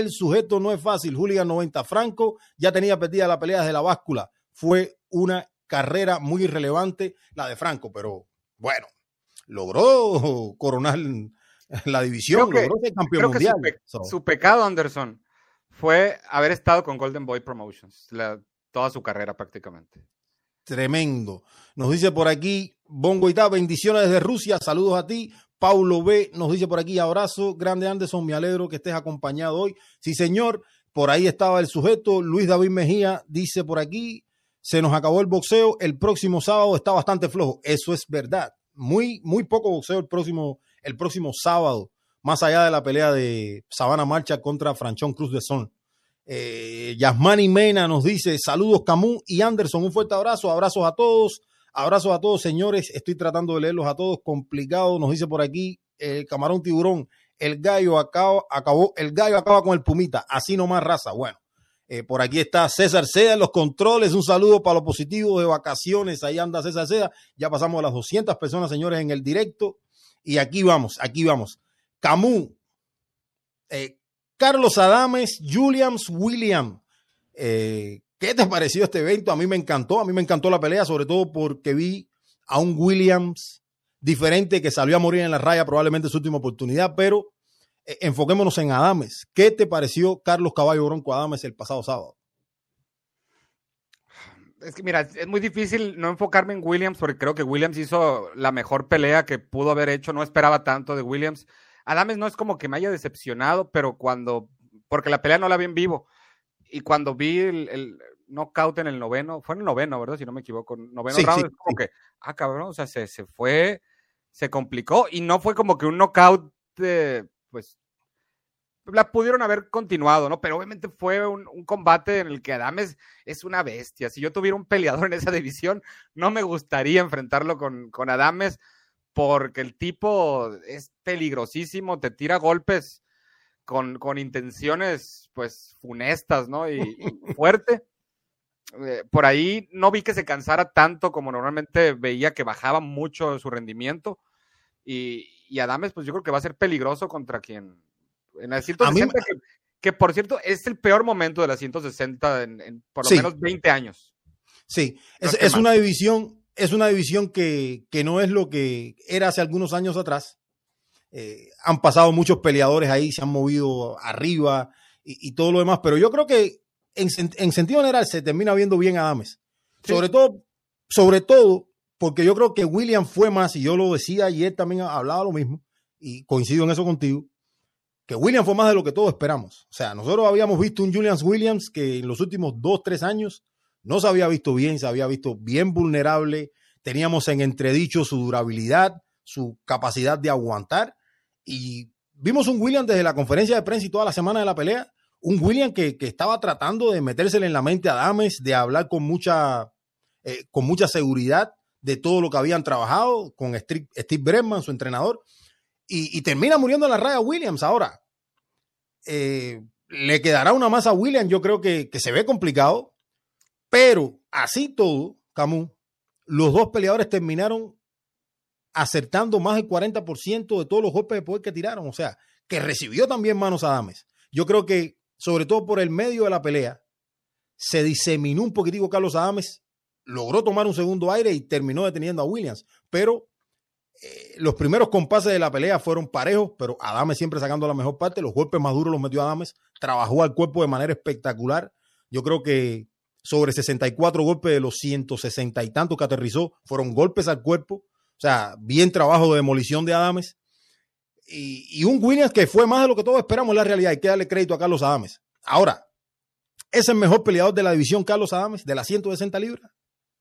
Hooligan 90, Franco ya tenía perdida la pelea desde la báscula. Fue una carrera muy irrelevante la de Franco, pero bueno, logró coronar la división, logró ser campeón mundial. Su pecado, Anderson, fue haber estado con Golden Boy Promotions toda su carrera prácticamente. Tremendo. Nos dice por aquí, Bongo Itá, bendiciones desde Rusia, saludos a ti. Paulo B nos dice por aquí, abrazo grande Anderson, me alegro que estés acompañado hoy. Sí, señor, por ahí estaba el sujeto. Luis David Mejía dice por aquí, se nos acabó el boxeo, el próximo sábado está bastante flojo. Eso es verdad. Muy poco boxeo el próximo sábado, más allá de la pelea de Savannah Marcha contra Franchón Cruz de Son. Yasmani Mena nos dice, saludos Camus y Anderson, un fuerte abrazo, abrazos a todos, señores, estoy tratando de leerlos a todos, complicado, nos dice por aquí, Camarón Tiburón, el gallo acaba con el Pumita, así nomás raza. Bueno, por aquí está César Seda en los controles, un saludo para los positivos de vacaciones, ahí anda César Seda, ya pasamos a las 200 personas, señores, en el directo, y aquí vamos. Camus, Carlos Adames, Julians Williams, ¿qué te pareció este evento? A mí me encantó la pelea, sobre todo porque vi a un Williams diferente que salió a morir en la raya, probablemente su última oportunidad, pero enfoquémonos en Adames. ¿Qué te pareció Carlos Caballo Bronco Adames el pasado sábado? Es que mira, es muy difícil no enfocarme en Williams porque creo que Williams hizo la mejor pelea que pudo haber hecho, no esperaba tanto de Williams. Adames no es como que me haya decepcionado, pero porque la pelea no la vi en vivo, y cuando vi el knockout en el noveno, fue en el noveno, ¿verdad? Si no me equivoco, noveno round, es como que, cabrón, o sea, se fue, se complicó, y no fue como que un knockout, pues, la pudieron haber continuado, ¿no? Pero obviamente fue un combate en el que Adames es una bestia. Si yo tuviera un peleador en esa división, no me gustaría enfrentarlo con Adames, porque el tipo es peligrosísimo, te tira golpes con intenciones, pues, funestas, ¿no? Y fuerte. Por ahí no vi que se cansara tanto como normalmente veía, que bajaba mucho su rendimiento. Y Adames, pues yo creo que va a ser peligroso contra quien en la 160, que por cierto es el peor momento de la 160 en por lo menos 20 años. Sí, es una división que no es lo que era hace algunos años atrás. Han pasado muchos peleadores ahí, se han movido arriba y todo lo demás, pero yo creo que en sentido general se termina viendo bien a Adames. Sí. Sobre todo porque yo creo que William fue más, y yo lo decía ayer también hablaba lo mismo, y coincido en eso contigo, que William fue más de lo que todos esperamos. O sea, nosotros habíamos visto un Julian Williams que en los últimos 2-3 años no se había visto bien, se había visto bien vulnerable, teníamos en entredicho su durabilidad, su capacidad de aguantar, y vimos un William desde la conferencia de prensa y toda la semana de la pelea, un William que estaba tratando de metérsele en la mente a Adames, de hablar con mucha seguridad de todo lo que habían trabajado con Steve Bregman, su entrenador, y termina muriendo en la raya Williams. Ahora, le quedará una más a Williams, yo creo que se ve complicado, pero así todo, Camus, los dos peleadores terminaron acertando más del 40% de todos los golpes de poder que tiraron, o sea, que recibió también manos a Adames. Yo creo que, sobre todo por el medio de la pelea, se diseminó un poquitico Carlos Adames, logró tomar un segundo aire y terminó deteniendo a Williams, pero los primeros compases de la pelea fueron parejos, pero Adames siempre sacando la mejor parte, los golpes más duros los metió Adames, trabajó al cuerpo de manera espectacular. Yo creo que sobre 64 golpes de los 160 y tantos que aterrizó fueron golpes al cuerpo, o sea, bien trabajo de demolición de Adames, y un Williams que fue más de lo que todos esperamos en la realidad. Hay que darle crédito a Carlos Adames. Ahora, ¿es el mejor peleador de la división Carlos Adames, de las 160 libras?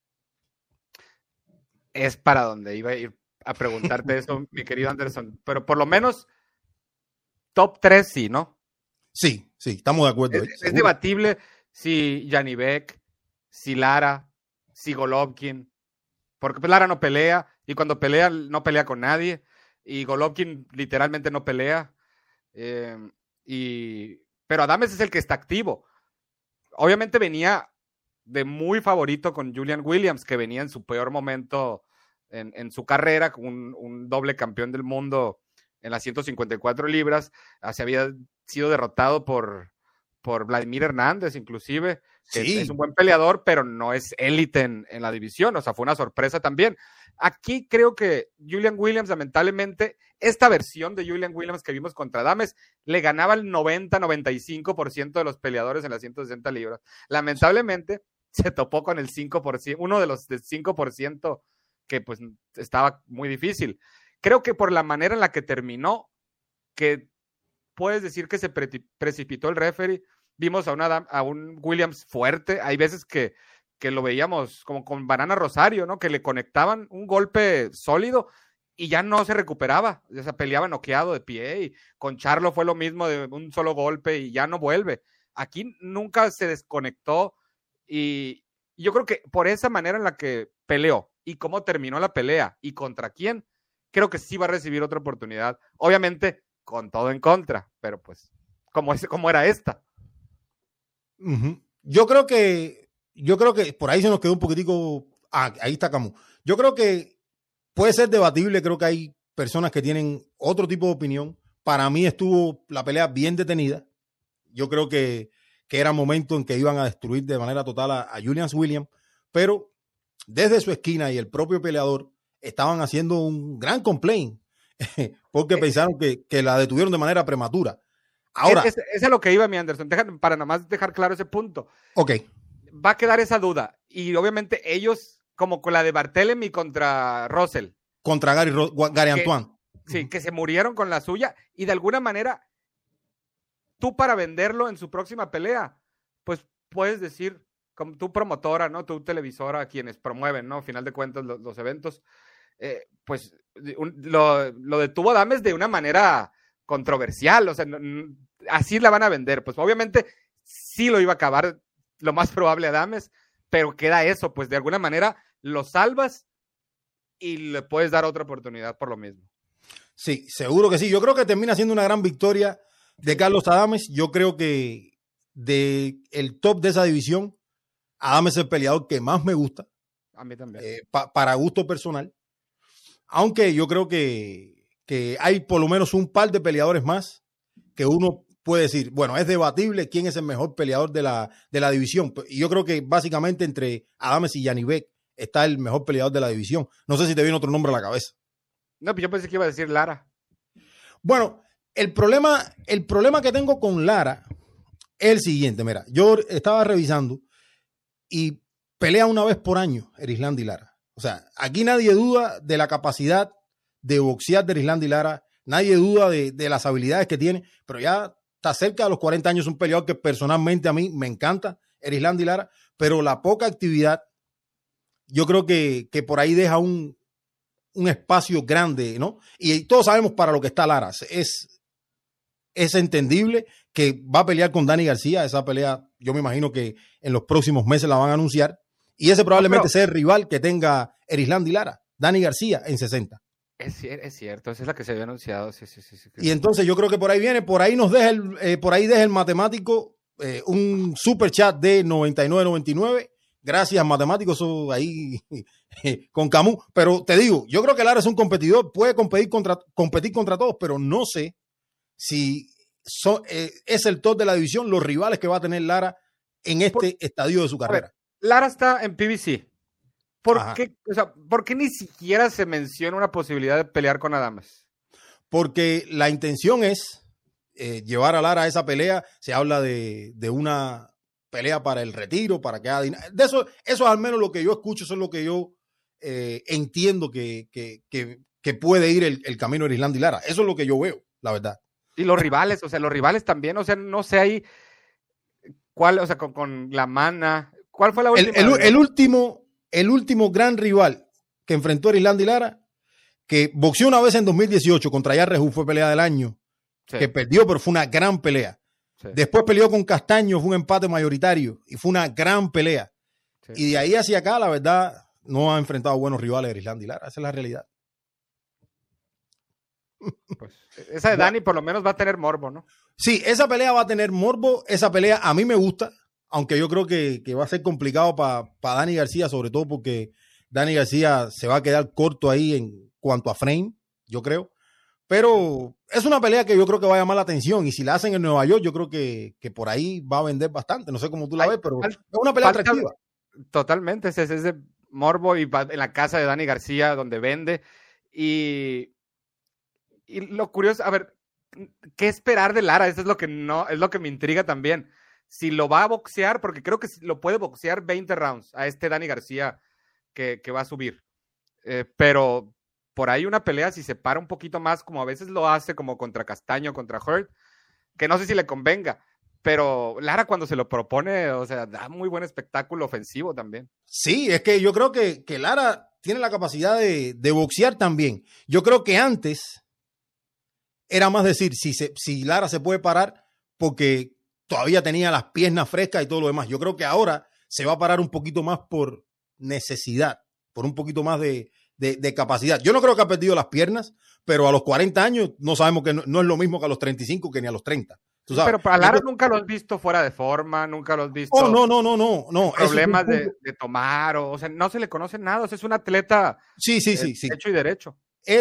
Es para donde iba a ir a preguntarte eso, mi querido Anderson, pero por lo menos top 3 sí, ¿no? Sí, estamos de acuerdo. Es debatible si Janibek, si Lara, si Golovkin, porque Lara no pelea, y cuando pelea no pelea con nadie, y Golovkin literalmente no pelea, pero Adames es el que está activo. Obviamente venía de muy favorito con Julian Williams, que venía en su peor momento en su carrera, con un doble campeón del mundo en las 154 libras, se había sido derrotado por Vladimir Hernández, inclusive, que sí, es un buen peleador, pero no es élite en la división, o sea, fue una sorpresa también. Aquí creo que Julian Williams, lamentablemente, esta versión de Julian Williams que vimos contra Adames, le ganaba el 90-95% de los peleadores en las 160 libras. Lamentablemente, se topó con el 5%, uno de los del 5%, que pues estaba muy difícil. Creo que por la manera en la que terminó, que puedes decir que se precipitó el referee, vimos a un Williams fuerte, hay veces que que lo veíamos como con Banana Rosario, ¿no? Que le conectaban un golpe sólido y ya no se recuperaba, o sea, peleaba noqueado de pie, y con Charlo fue lo mismo, de un solo golpe y ya no vuelve. Aquí nunca se desconectó, y yo creo que por esa manera en la que peleó y cómo terminó la pelea y contra quién, creo que sí va a recibir otra oportunidad, obviamente con todo en contra, pero pues como era esta. Uh-huh. Yo creo que por ahí se nos quedó un poquitico. Ahí está Camus. Yo creo que puede ser debatible. Creo que hay personas que tienen otro tipo de opinión. Para mí estuvo la pelea bien detenida. Yo creo que era momento en que iban a destruir de manera total a Julian Williams, pero desde su esquina y el propio peleador estaban haciendo un gran complaint porque pensaron que la detuvieron de manera prematura. Ahora, es a lo que iba, mi Anderson, para nomás dejar claro ese punto. Ok. Va a quedar esa duda, y obviamente ellos, como con la de Barthélemy contra Russell. Contra Gary Antoine. Sí, que se murieron con la suya, y de alguna manera, tú para venderlo en su próxima pelea, pues puedes decir, como tu promotora, ¿no? Tu televisora, quienes promueven, ¿no? Al final de cuentas, los eventos, pues lo detuvo Adames de una manera controversial, o sea, así la van a vender. Pues obviamente sí lo iba a acabar, lo más probable, Adames, pero queda eso, pues de alguna manera lo salvas y le puedes dar otra oportunidad por lo mismo. Sí, seguro que sí. Yo creo que termina siendo una gran victoria de Carlos Adames. Yo creo que de el top de esa división, Adames es el peleador que más me gusta. A mí también. Para gusto personal. Aunque yo creo que hay por lo menos un par de peleadores más que uno puede decir, bueno, es debatible quién es el mejor peleador de la división. Y yo creo que básicamente entre Adames y Janibek está el mejor peleador de la división. No sé si te viene otro nombre a la cabeza. No, yo pensé que iba a decir Lara. Bueno, el problema que tengo con Lara es el siguiente. Mira, yo estaba revisando y pelea una vez por año Erislandy Lara. O sea, aquí nadie duda de la capacidad de boxear de Erislandy Lara, nadie duda de las habilidades que tiene, pero ya está cerca de los 40 años, es un peleador que personalmente a mí me encanta, Erislandy Lara, pero la poca actividad, yo creo que por ahí deja un espacio grande, ¿no? Y todos sabemos para lo que está Lara. Es entendible que va a pelear con Dani García. Esa pelea, yo me imagino que en los próximos meses la van a anunciar. Y ese probablemente sea el rival que tenga Erislandy Lara, Dani García, en 60. Es cierto, esa es la que se había anunciado. Sí. Y entonces yo creo que por ahí viene, por ahí deja el matemático un super chat de 99.99. Gracias, matemáticos, eso ahí con Camus. Pero te digo, yo creo que Lara es un competidor, puede competir contra todos, pero no sé si es el top de la división, los rivales que va a tener Lara en este estadio de su carrera. Ver, Lara está en PBC. ¿Por qué ni siquiera se menciona una posibilidad de pelear con Adames? Porque la intención es llevar a Lara a esa pelea. Se habla de una pelea para el retiro, para que haga dinero. De eso es al menos lo que yo escucho, eso es lo que yo entiendo que puede ir el camino de Erislandy Lara. Eso es lo que yo veo, la verdad. Y los rivales también, o sea, no sé ahí cuál, o sea, con la mana, ¿cuál fue la última? El último gran rival que enfrentó a Erislandy Lara, que boxeó una vez en 2018 contra Yarreju, fue pelea del año, sí, que perdió, pero fue una gran pelea. Sí. Después peleó con Castaño, fue un empate mayoritario y fue una gran pelea. Sí. Y de ahí hacia acá, la verdad, no ha enfrentado buenos rivales Erislandy Lara, esa es la realidad. Pues, esa de Dani por lo menos va a tener morbo, ¿no? Sí, esa pelea va a tener morbo, esa pelea a mí me gusta, aunque yo creo que va a ser complicado para Dani García, sobre todo porque Dani García se va a quedar corto ahí en cuanto a frame, yo creo. Pero es una pelea que yo creo que va a llamar la atención, y si la hacen en Nueva York, yo creo que por ahí va a vender bastante. No sé cómo tú la ves, pero es una pelea atractiva. Totalmente, es de morbo, y va en la casa de Dani García, donde vende. Y lo curioso, a ver, ¿qué esperar de Lara? Eso es lo que me intriga también. Si lo va a boxear, porque creo que lo puede boxear 20 rounds a este Dani García que va a subir. Pero por ahí una pelea, si se para un poquito más, como a veces lo hace, como contra Castaño, contra Hurt, que no sé si le convenga, pero Lara cuando se lo propone, o sea, da muy buen espectáculo ofensivo también. Sí, es que yo creo que Lara tiene la capacidad de boxear también. Yo creo que antes era más decir si Lara se puede parar porque todavía tenía las piernas frescas y todo lo demás. Yo creo que ahora se va a parar un poquito más por necesidad, por un poquito más de capacidad. Yo no creo que ha perdido las piernas, pero a los 40 años no sabemos que no es lo mismo que a los 35 que ni a los 30. ¿Tú sabes? Pero para Lara nunca lo has visto fuera de forma, nunca lo has visto. Oh, no. Problemas de tomar, o sea, no se le conoce nada. O sea, es un atleta sí. hecho y derecho.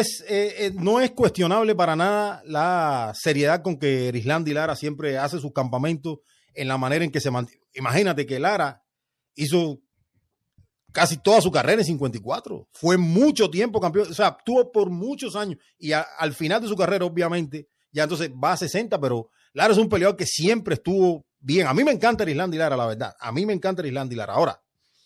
No es cuestionable para nada la seriedad con que Erislandy Lara siempre hace sus campamentos en la manera en que se mantiene. Imagínate que Lara hizo casi toda su carrera en 54. Fue mucho tiempo campeón, o sea, tuvo por muchos años y al final de su carrera, obviamente, ya entonces va a 60, pero Lara es un peleador que siempre estuvo bien. A mí me encanta Erislandy Lara, la verdad. A mí me encanta Erislandy Lara. Ahora,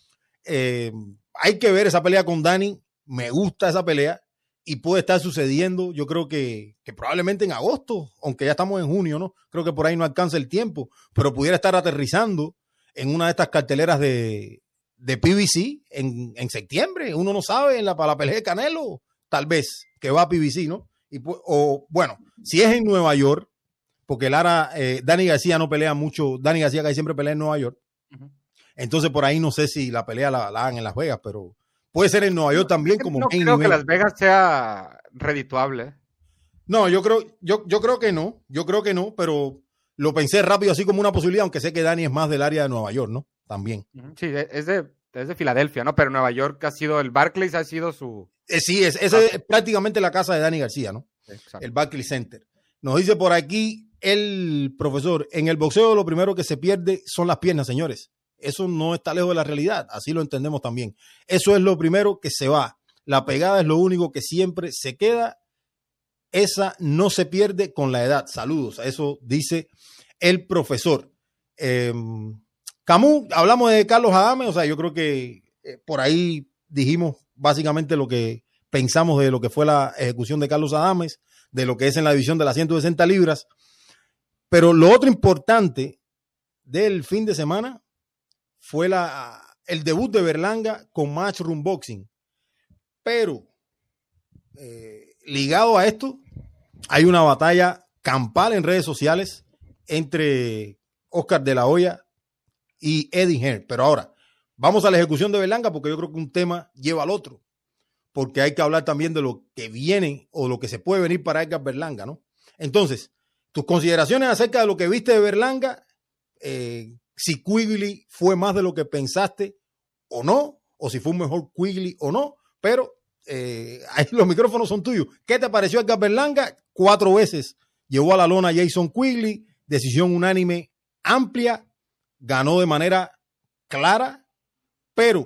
hay que ver esa pelea con Dani. Me gusta esa pelea y puede estar sucediendo. Yo creo que probablemente en agosto, aunque ya estamos en junio, ¿no? Creo que por ahí no alcanza el tiempo, pero pudiera estar aterrizando en una de estas carteleras de PBC en septiembre. Uno no sabe, para la pelea de Canelo, tal vez que va a PBC, ¿no? O bueno, si es en Nueva York, porque Lara, Dani García no pelea mucho, Dani García casi siempre pelea en Nueva York. Uh-huh. Entonces por ahí no sé si la pelea la hagan en Las Vegas, pero puede ser en Nueva York también. No creo que Las Vegas sea redituable. No, yo creo que no, pero lo pensé rápido así como una posibilidad, aunque sé que Dani es más del área de Nueva York, ¿no? También. Sí, es de Filadelfia, ¿no? Pero Nueva York ha sido, el Barclays ha sido su... Sí, esa es prácticamente la casa de Dani García, ¿no? Exacto. El Barclays Center. Nos dice por aquí el profesor, en el boxeo lo primero que se pierde son las piernas, señores. Eso no está lejos de la realidad, así lo entendemos también. Eso es lo primero que se va. La pegada es lo único que siempre se queda. Esa no se pierde con la edad. Saludos, eso dice el profesor. Camus, hablamos de Carlos Adames, o sea, yo creo que por ahí dijimos básicamente lo que pensamos de lo que fue la ejecución de Carlos Adames, de lo que es en la división de las 160 libras. Pero lo otro importante del fin de semana fue el debut de Berlanga con Matchroom Boxing. Pero ligado a esto, hay una batalla campal en redes sociales entre Oscar de la Hoya y Eddie Hearn. Pero ahora, vamos a la ejecución de Berlanga porque yo creo que un tema lleva al otro. Porque hay que hablar también de lo que viene o lo que se puede venir para Edgar Berlanga, ¿no? Entonces, tus consideraciones acerca de lo que viste de Berlanga, si Quigley fue más de lo que pensaste o no, o si fue un mejor Quigley o no, pero ahí los micrófonos son tuyos. ¿Qué te pareció Edgar Berlanga? 4 veces llevó a la lona a Jason Quigley, decisión unánime amplia, ganó de manera clara, pero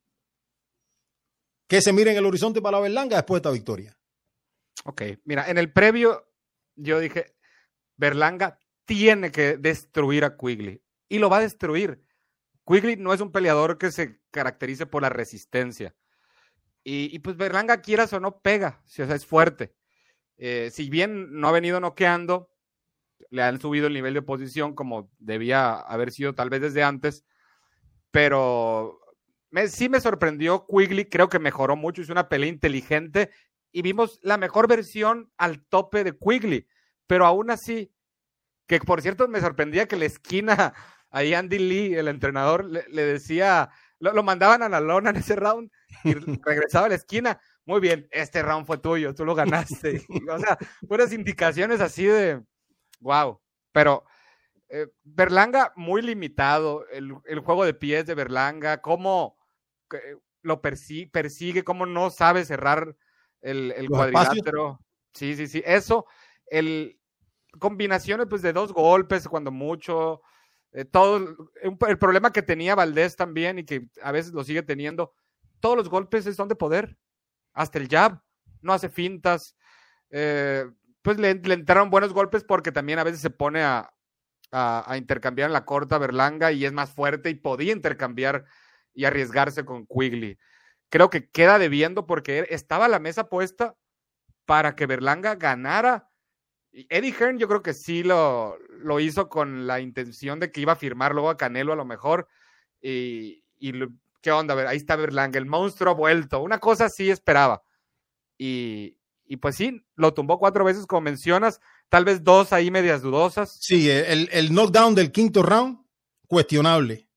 ¿qué se mira en el horizonte para la Berlanga después de esta victoria? Ok, mira, en el previo yo dije, Berlanga tiene que destruir a Quigley y lo va a destruir. Quigley no es un peleador que se caracterice por la resistencia y pues Berlanga, quieras o no, pega, o sea, es fuerte. Si bien no ha venido noqueando, le han subido el nivel de oposición como debía haber sido tal vez desde antes, pero sí me sorprendió Quigley, creo que mejoró mucho, hizo una pelea inteligente y vimos la mejor versión al tope de Quigley, pero aún así, que por cierto me sorprendía que la esquina, ahí Andy Lee, el entrenador, le decía, lo mandaban a la lona en ese round y regresaba a la esquina, muy bien, este round fue tuyo, tú lo ganaste, o sea, puras indicaciones así de, wow, pero Berlanga muy limitado, el juego de pies de Berlanga, cómo lo persigue, cómo no sabe cerrar el cuadrilátero. Sí, eso, combinaciones pues de 2 golpes cuando mucho, todo, el problema que tenía Valdés también y que a veces lo sigue teniendo, todos los golpes son de poder, hasta el jab, no hace fintas, pues le entraron buenos golpes porque también a veces se pone a intercambiar en la corta Berlanga y es más fuerte y podía intercambiar y arriesgarse con Quigley. Creo que queda debiendo porque estaba la mesa puesta para que Berlanga ganara. Y Eddie Hearn yo creo que sí lo lo hizo con la intención de que iba a firmar luego a Canelo a lo mejor. ¿Qué onda? A ver, ahí está Berlanga, el monstruo ha vuelto. Una cosa así esperaba. Y pues sí, lo tumbó 4 veces, como mencionas. Tal vez 2 ahí medias dudosas. Sí, el knockdown del quinto round, cuestionable.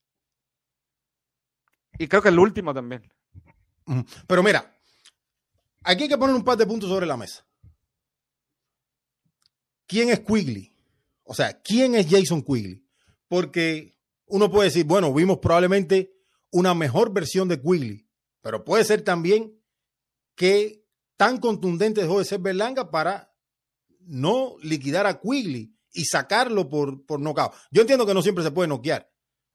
Y creo que el último también. Pero mira, aquí hay que poner un par de puntos sobre la mesa. ¿Quién es Quigley? O sea, ¿quién es Jason Quigley? Porque uno puede decir, bueno, vimos probablemente una mejor versión de Quigley, pero puede ser también que tan contundente dejó de ser Berlanga para no liquidar a Quigley y sacarlo por nocaut. Yo entiendo que no siempre se puede noquear.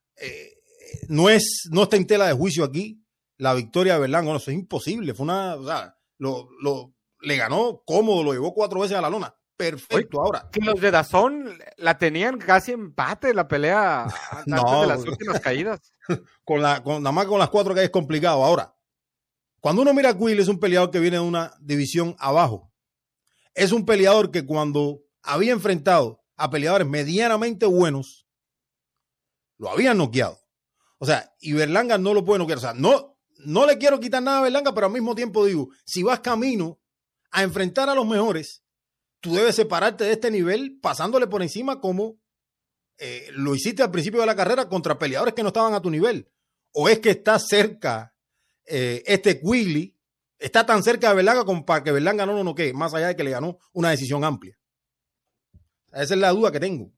No está en tela de juicio aquí la victoria de Berlanga. No, eso es imposible. Fue o sea, le ganó cómodo, lo llevó 4 veces a la lona. Perfecto. Oye, ahora. Que los de DAZN la tenían casi empate la pelea antes de las últimas caídas. Nada más con las 4 que hay es complicado. Ahora, cuando uno mira a Quigley, es un peleador que viene de una división abajo. Es un peleador que cuando había enfrentado a peleadores medianamente buenos, lo habían noqueado. O sea, y Berlanga no lo puede noquear. O sea, no le quiero quitar nada a Berlanga, pero al mismo tiempo digo, si vas camino a enfrentar a los mejores, tú debes separarte de este nivel pasándole por encima como lo hiciste al principio de la carrera contra peleadores que no estaban a tu nivel. O es que está cerca Quigley, está tan cerca de Berlanga como para que Berlanga no lo noquee, más allá de que le ganó una decisión amplia. Esa es la duda que tengo.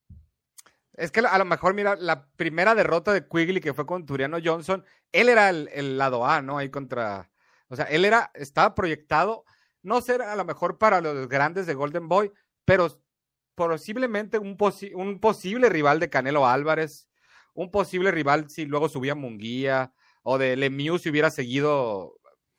Es que a lo mejor, mira, la primera derrota de Quigley que fue con Tureano Johnson, él era el lado A, ¿no? Ahí contra, o sea, estaba proyectado no ser a lo mejor para los grandes de Golden Boy, pero posiblemente un posible rival de Canelo Álvarez, un posible rival si luego subía Munguía, o de Lemieux si hubiera seguido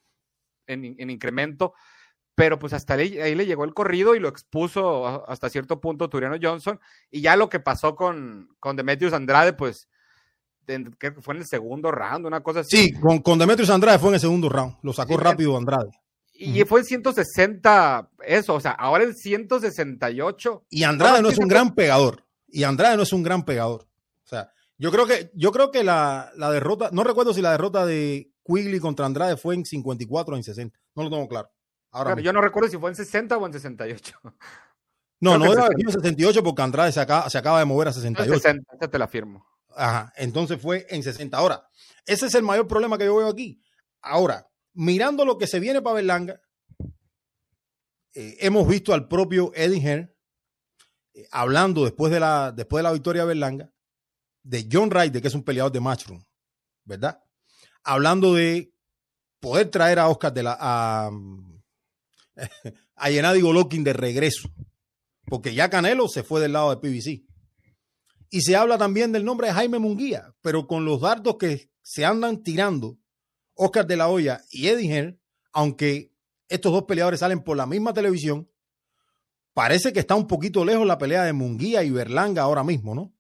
en incremento, pero pues hasta ahí le llegó el corrido y lo expuso hasta cierto punto Tureano Johnson, y ya lo que pasó con Demetrius Andrade, pues creo que fue en el segundo round, una cosa así. Sí, con Demetrius Andrade fue en el segundo round, lo sacó rápido Andrade. Y fue en 160, eso, o sea, ahora en 168. Y Andrade no es un gran pegador. O sea, yo creo que la derrota, no recuerdo si la derrota de Quigley contra Andrade fue en 54 o en 60. No lo tengo claro. Claro, yo no recuerdo si fue en 60 o en 68. No debe haber sido en 68 porque Andrade se acaba de mover a 68. 60, esa te la firmo. Ajá, entonces fue en 60. Ahora, ese es el mayor problema que yo veo aquí. Ahora, mirando lo que se viene para Berlanga, hemos visto al propio Eddie Hearn hablando después de la victoria de Berlanga, de John Ryder, que es un peleador de Matchroom, ¿verdad? Hablando de poder traer a Oscar a Gennady Golovkin de regreso, porque ya Canelo se fue del lado de PBC. Y se habla también del nombre de Jaime Munguía, pero con los dardos que se andan tirando Oscar de la Hoya y Eddie Hearn, aunque estos dos peleadores salen por la misma televisión, parece que está un poquito lejos la pelea de Munguía y Berlanga ahora mismo, ¿no?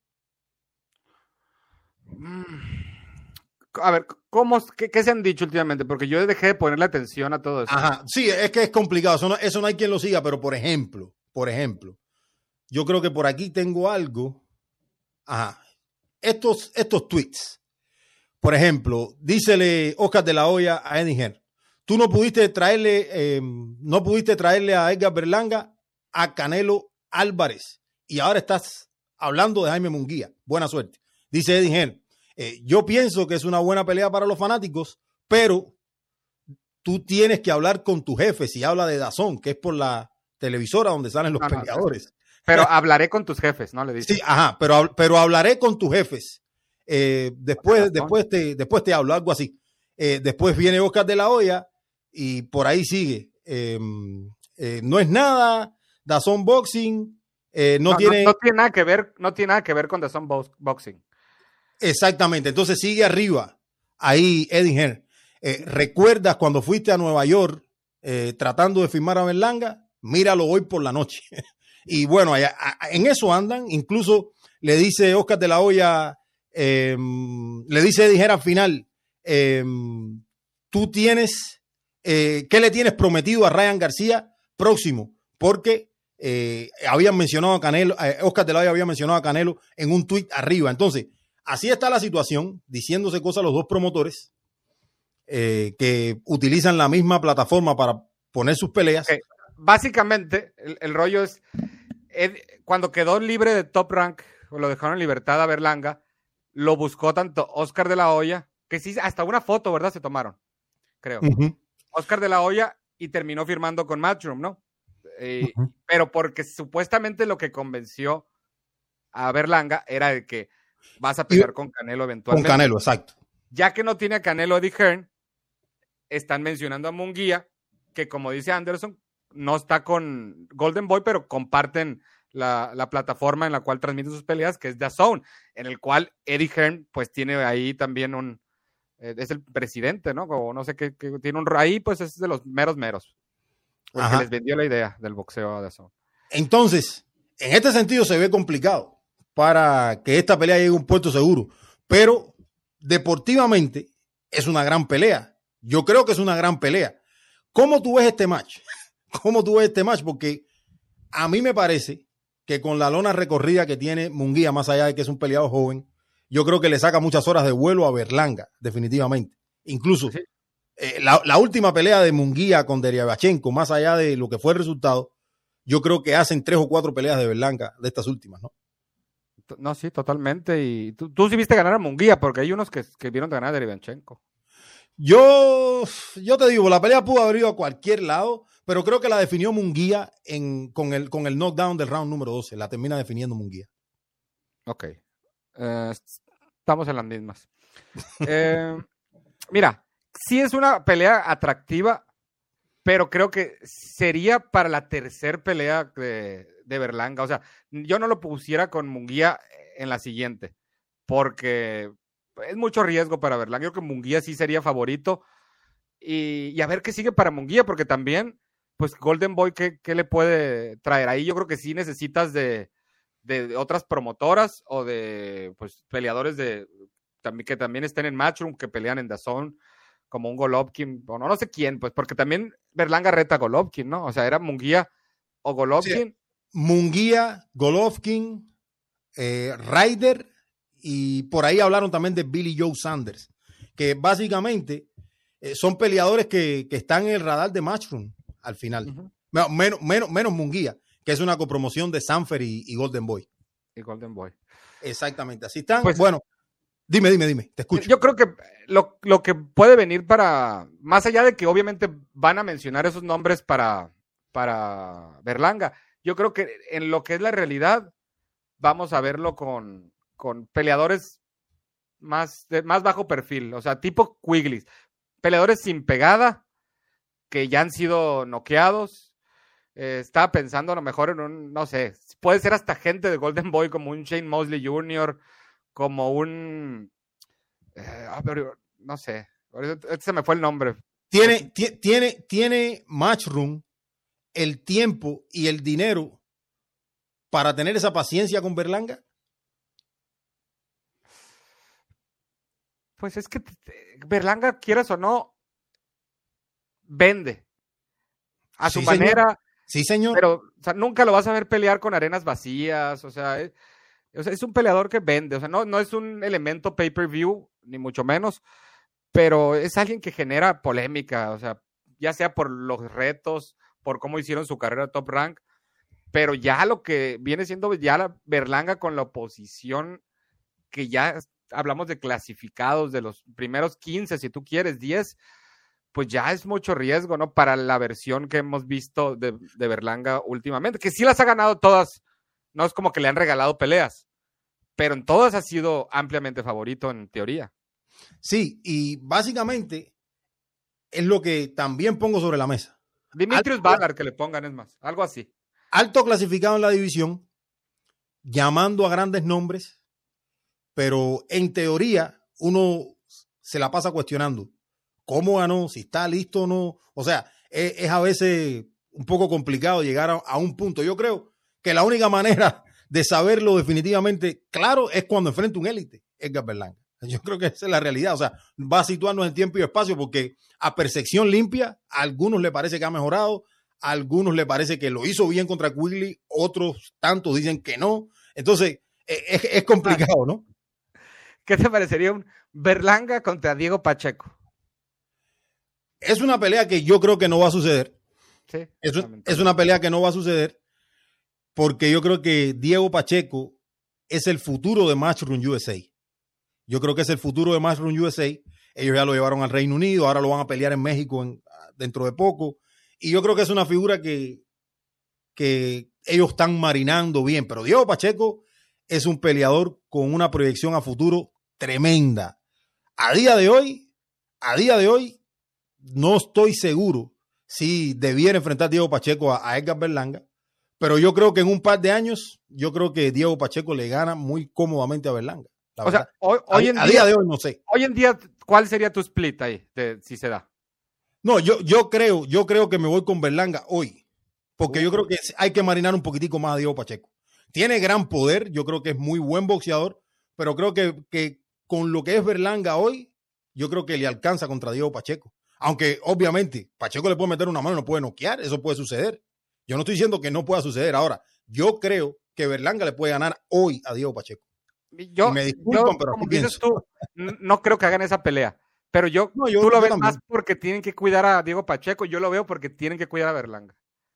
A ver, ¿qué se han dicho últimamente? Porque yo dejé de ponerle atención a todo eso. Ajá, sí, es que es complicado, eso no hay quien lo siga, pero por ejemplo, yo creo que por aquí tengo algo. Ajá, estos tweets. Por ejemplo, dícele Oscar de la Hoya a Eddie Hearn, tú no pudiste traerle a Edgar Berlanga a Canelo Álvarez y ahora estás hablando de Jaime Munguía. Buena suerte. Dice Eddie Hearn, yo pienso que es una buena pelea para los fanáticos, pero tú tienes que hablar con tu jefe. Si habla de DAZN, que es por la televisora donde salen los peleadores. Pero hablaré con tus jefes, ¿no? Le dice. Sí, ajá, pero hablaré con tus jefes. Después te hablo, algo así. Después viene Oscar de la Hoya y por ahí sigue. No es nada, DAZN Boxing, no tiene nada que ver con DAZN Boxing. Exactamente, entonces sigue arriba ahí Eddie Hearn. ¿Recuerdas cuando fuiste a Nueva York tratando de firmar a Berlanga? Míralo hoy por la noche. Y bueno, en eso andan. Incluso le dice Oscar de la Hoya, le dice Eddie Hearn al final, tú tienes, ¿qué le tienes prometido a Ryan García próximo? Porque habían mencionado a Canelo, Oscar de la Hoya había mencionado a Canelo en un tuit arriba. Entonces, así está la situación, diciéndose cosas los dos promotores que utilizan la misma plataforma para poner sus peleas. Okay. Básicamente, el rollo es, cuando quedó libre de Top Rank, o lo dejaron en libertad a Berlanga, lo buscó tanto Oscar de la Hoya, que sí, hasta una foto, ¿verdad? Se tomaron, creo. Oscar de la Hoya, y terminó firmando con Matchroom, ¿no? Pero porque supuestamente lo que convenció a Berlanga era de que vas a pelear con Canelo eventualmente. Con Canelo, exacto. Ya que no tiene a Canelo Eddie Hearn, están mencionando a Munguía, que como dice Anderson, no está con Golden Boy, pero comparten la plataforma en la cual transmiten sus peleas, que es DAZN, en el cual Eddie Hearn pues tiene ahí también es el presidente, ¿no? O no sé qué tiene ahí pues es de los meros. Porque les vendió la idea del boxeo a DAZN. Entonces, en este sentido se ve complicado para que esta pelea llegue a un puerto seguro, pero deportivamente es una gran pelea. Yo creo que es una gran pelea. ¿Cómo tú ves este match? Porque a mí me parece que con la lona recorrida que tiene Munguía, más allá de que es un peleador joven, yo creo que le saca muchas horas de vuelo a Berlanga, definitivamente. Incluso sí. La última pelea de Munguía con Derevyanchenko, más allá de lo que fue el resultado, yo creo que hacen 3 o 4 peleas de Berlanga de estas últimas, ¿no? No, sí, totalmente. Y tú sí viste ganar a Munguía, porque hay unos que vieron ganar a Derevyanchenko. Yo te digo, la pelea pudo haber ido a cualquier lado, pero creo que la definió Munguía con el knockdown del round número 12. La termina definiendo Munguía. Ok. Estamos en las mismas. Mira, sí es una pelea atractiva, pero creo que sería para la tercer pelea de Berlanga. O sea, yo no lo pusiera con Munguía en la siguiente, porque es mucho riesgo para Berlanga. Yo creo que Munguía sí sería favorito. Y a ver qué sigue para Munguía, porque también, pues Golden Boy, ¿qué le puede traer? Ahí yo creo que sí necesitas de otras promotoras o de pues peleadores que también estén en Matchroom, que pelean en DAZN, como un Golovkin, o no sé quién, pues, porque también Berlanga reta a Golovkin, ¿no? O sea, era Munguía o Golovkin. Sí, Munguía, Golovkin, Ryder, y por ahí hablaron también de Billy Joe Sanders, que básicamente son peleadores que están en el radar de Matchroom al final. Uh-huh. Menos Munguía, que es una copromoción de Sanfer y Golden Boy. Y Golden Boy. Exactamente, así están. Pues, bueno, dime, te escucho. Yo creo que lo que puede venir más allá de que obviamente van a mencionar esos nombres para Berlanga, yo creo que en lo que es la realidad vamos a verlo con peleadores más bajo perfil, o sea, tipo Quigley, peleadores sin pegada, que ya han sido noqueados. Estaba pensando a lo mejor en no sé, puede ser hasta gente de Golden Boy como un Shane Mosley Jr., como un pero no sé, se me fue el nombre. Tiene Matchroom el tiempo y el dinero para tener esa paciencia con Berlanga. Pues es que Berlanga, quieras o no, vende a su manera. Señor. Sí, señor. Pero o sea, nunca lo vas a ver pelear con arenas vacías. O sea, es un peleador que vende. O sea, no es un elemento pay-per-view, ni mucho menos, pero es alguien que genera polémica. O sea, ya sea por los retos, por cómo hicieron su carrera Top Rank, pero ya lo que viene siendo ya la Berlanga con la oposición, que ya hablamos de clasificados de los primeros 15, si tú quieres, 10, pues ya es mucho riesgo, ¿no? Para la versión que hemos visto de Berlanga últimamente, que sí las ha ganado todas, no es como que le han regalado peleas, pero en todas ha sido ampliamente favorito en teoría. Sí, y básicamente es lo que también pongo sobre la mesa. Dimitrius Ballard, que le pongan, es más, algo así. Alto clasificado en la división, llamando a grandes nombres, pero en teoría uno se la pasa cuestionando cómo ganó, si está listo o no. O sea, es a veces un poco complicado llegar a un punto. Yo creo que la única manera de saberlo definitivamente claro es cuando enfrenta un élite, Edgar Berlanga. Yo creo que esa es la realidad. O sea, va a situarnos en tiempo y espacio porque a percepción limpia a algunos le parece que ha mejorado, A algunos le parece que lo hizo bien contra Quigley, otros tantos dicen que no. Entonces, es complicado, ¿no? ¿Qué te parecería un Berlanga contra Diego Pacheco? Es una pelea que yo creo que no va a suceder. Sí, Es una pelea que no va a suceder porque yo creo que Diego Pacheco es el futuro de Matchroom USA. Yo creo que es el futuro de Matchroom USA. Ellos ya lo llevaron al Reino Unido, ahora lo van a pelear en México dentro de poco. Y yo creo que es una figura que ellos están marinando bien. Pero Diego Pacheco es un peleador con una proyección a futuro tremenda. A día de hoy, no estoy seguro si debiera enfrentar Diego Pacheco a Edgar Berlanga, pero yo creo que en un par de años, yo creo que Diego Pacheco le gana muy cómodamente a Berlanga. O sea, hoy en a día, día de hoy no sé. Hoy en día, ¿cuál sería tu split ahí, si se da? No, yo creo que me voy con Berlanga hoy, porque yo creo que hay que marinar un poquitico más a Diego Pacheco. Tiene gran poder, yo creo que es muy buen boxeador, pero creo que con lo que es Berlanga hoy, yo creo que le alcanza contra Diego Pacheco. Aunque obviamente Pacheco le puede meter una mano y no puede noquear, eso puede suceder. Yo no estoy diciendo que no pueda suceder. Ahora, yo creo que Berlanga le puede ganar hoy a Diego Pacheco. Y me disculpan, pero como así dices pienso. tú, no creo que hagan esa pelea. Pero tú lo ves más porque tienen que cuidar a Diego Pacheco. Yo lo veo porque tienen que cuidar a Berlanga.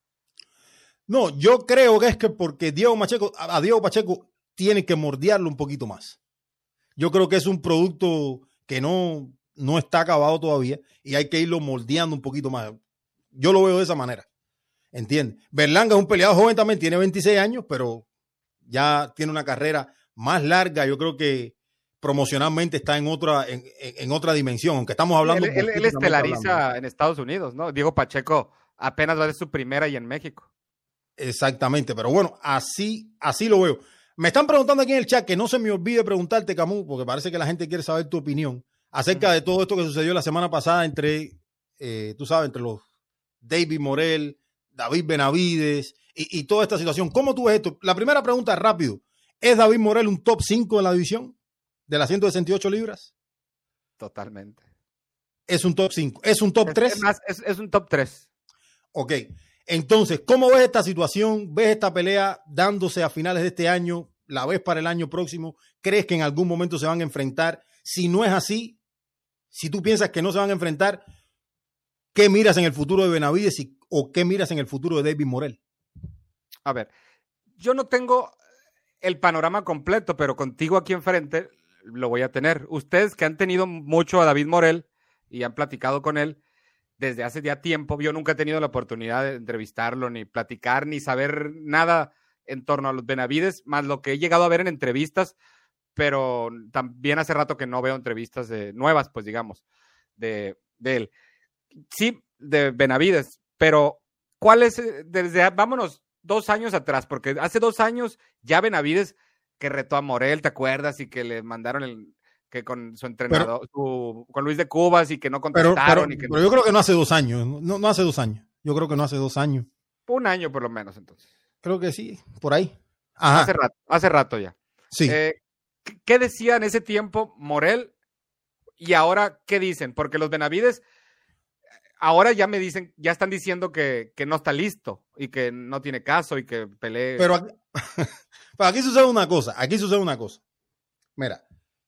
No, yo creo que es que porque a Diego Pacheco tiene que mordearlo un poquito más. Yo creo que es un producto que no está acabado todavía y hay que irlo moldeando un poquito más. Yo lo veo de esa manera. ¿Entiendes? Berlanga es un peleador joven también, tiene 26 años, pero ya tiene una carrera más larga. Yo creo que promocionalmente está en otra dimensión, aunque estamos hablando... Él estelariza en Estados Unidos, ¿no? Diego Pacheco apenas va a ser su primera y en México. Exactamente, pero bueno, así lo veo. Me están preguntando aquí en el chat, que no se me olvide preguntarte, Camus, porque parece que la gente quiere saber tu opinión acerca de todo esto que sucedió la semana pasada entre los David Morel, David Benavides y toda esta situación. ¿Cómo tú ves esto? La primera pregunta, rápido. ¿Es David Morel un top 5 en la división de las 168 libras? Totalmente. Es un top 5. ¿Es un top 3? Es un top 3. Ok. Entonces, ¿cómo ves esta situación? ¿Ves esta pelea dándose a finales de este año? ¿La ves para el año próximo? ¿Crees que en algún momento se van a enfrentar? Si no es así, si tú piensas que no se van a enfrentar, ¿qué miras en el futuro de Benavides o qué miras en el futuro de David Morel? A ver, yo no tengo el panorama completo, pero contigo aquí enfrente lo voy a tener. Ustedes que han tenido mucho a David Morel y han platicado con él desde hace ya tiempo, yo nunca he tenido la oportunidad de entrevistarlo, ni platicar, ni saber nada en torno a los Benavides, más lo que he llegado a ver en entrevistas, pero también hace rato que no veo entrevistas nuevas, pues digamos, de él. Sí, de Benavides, pero ¿cuál es? Vámonos 2 años atrás, porque hace 2 años ya Benavides que retó a Morel, ¿te acuerdas? Y que le mandaron que con su entrenador, con Luis de Cubas y que no contestaron. Pero yo creo que no hace 2 años, no hace 2 años. Yo creo que no hace 2 años. 1 año por lo menos, entonces. Creo que sí, por ahí. Ajá. Hace rato ya. Sí. ¿Qué decía en ese tiempo Morel y ahora qué dicen? Porque los Benavides ahora ya están diciendo que no está listo y que no tiene caso y que pelee. Pero aquí sucede una cosa. Mira,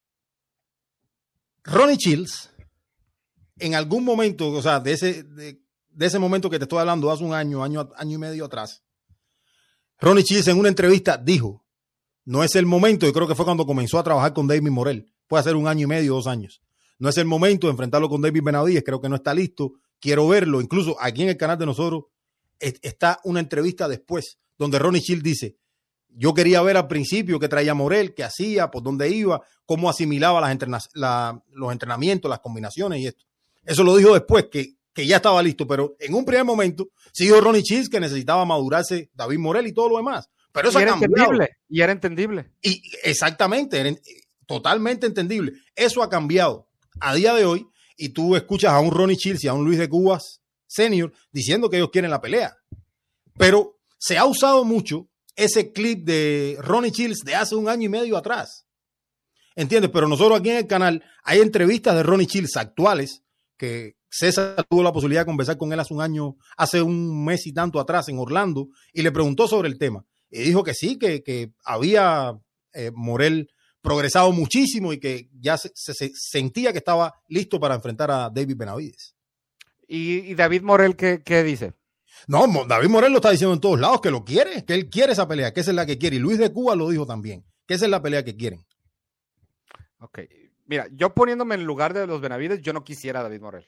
Ronnie Shields, en algún momento, o sea, de ese momento que te estoy hablando, hace un año y medio atrás, Ronnie Shields en una entrevista dijo, no es el momento, yo creo que fue cuando comenzó a trabajar con David Morel, puede ser 1 año y medio, 2 años, no es el momento de enfrentarlo con David Benavides, creo que no está listo, quiero verlo, incluso aquí en el canal de nosotros está una entrevista después, donde Ronnie Shields dice, yo quería ver al principio qué traía Morel, qué hacía, por dónde iba, cómo asimilaba los entrenamientos, las combinaciones y esto. Eso lo dijo después, que ya estaba listo, pero en un primer momento sí dijo Ronnie Shields que necesitaba madurarse David Morel y todo lo demás. Pero eso ha cambiado. Y era entendible. Y exactamente, era totalmente entendible. Eso ha cambiado a día de hoy y tú escuchas a un Ronnie Shields y a un Luis de Cubas Senior diciendo que ellos quieren la pelea. Pero se ha usado mucho ese clip de Ronnie Shields de hace 1 año y medio atrás. ¿Entiendes? Pero nosotros aquí en el canal hay entrevistas de Ronnie Shields actuales que César tuvo la posibilidad de conversar con él hace un mes y tanto atrás en Orlando, y le preguntó sobre el tema. Y dijo que sí, que había Morel progresado muchísimo y que ya se sentía que estaba listo para enfrentar a David Benavidez. ¿Y David Morel qué dice? No, David Morel lo está diciendo en todos lados, que lo quiere, que él quiere esa pelea, que esa es la que quiere. Y Luis de Cuba lo dijo también, que esa es la pelea que quieren. Ok, mira, yo poniéndome en lugar de los Benavidez, yo no quisiera a David Morel.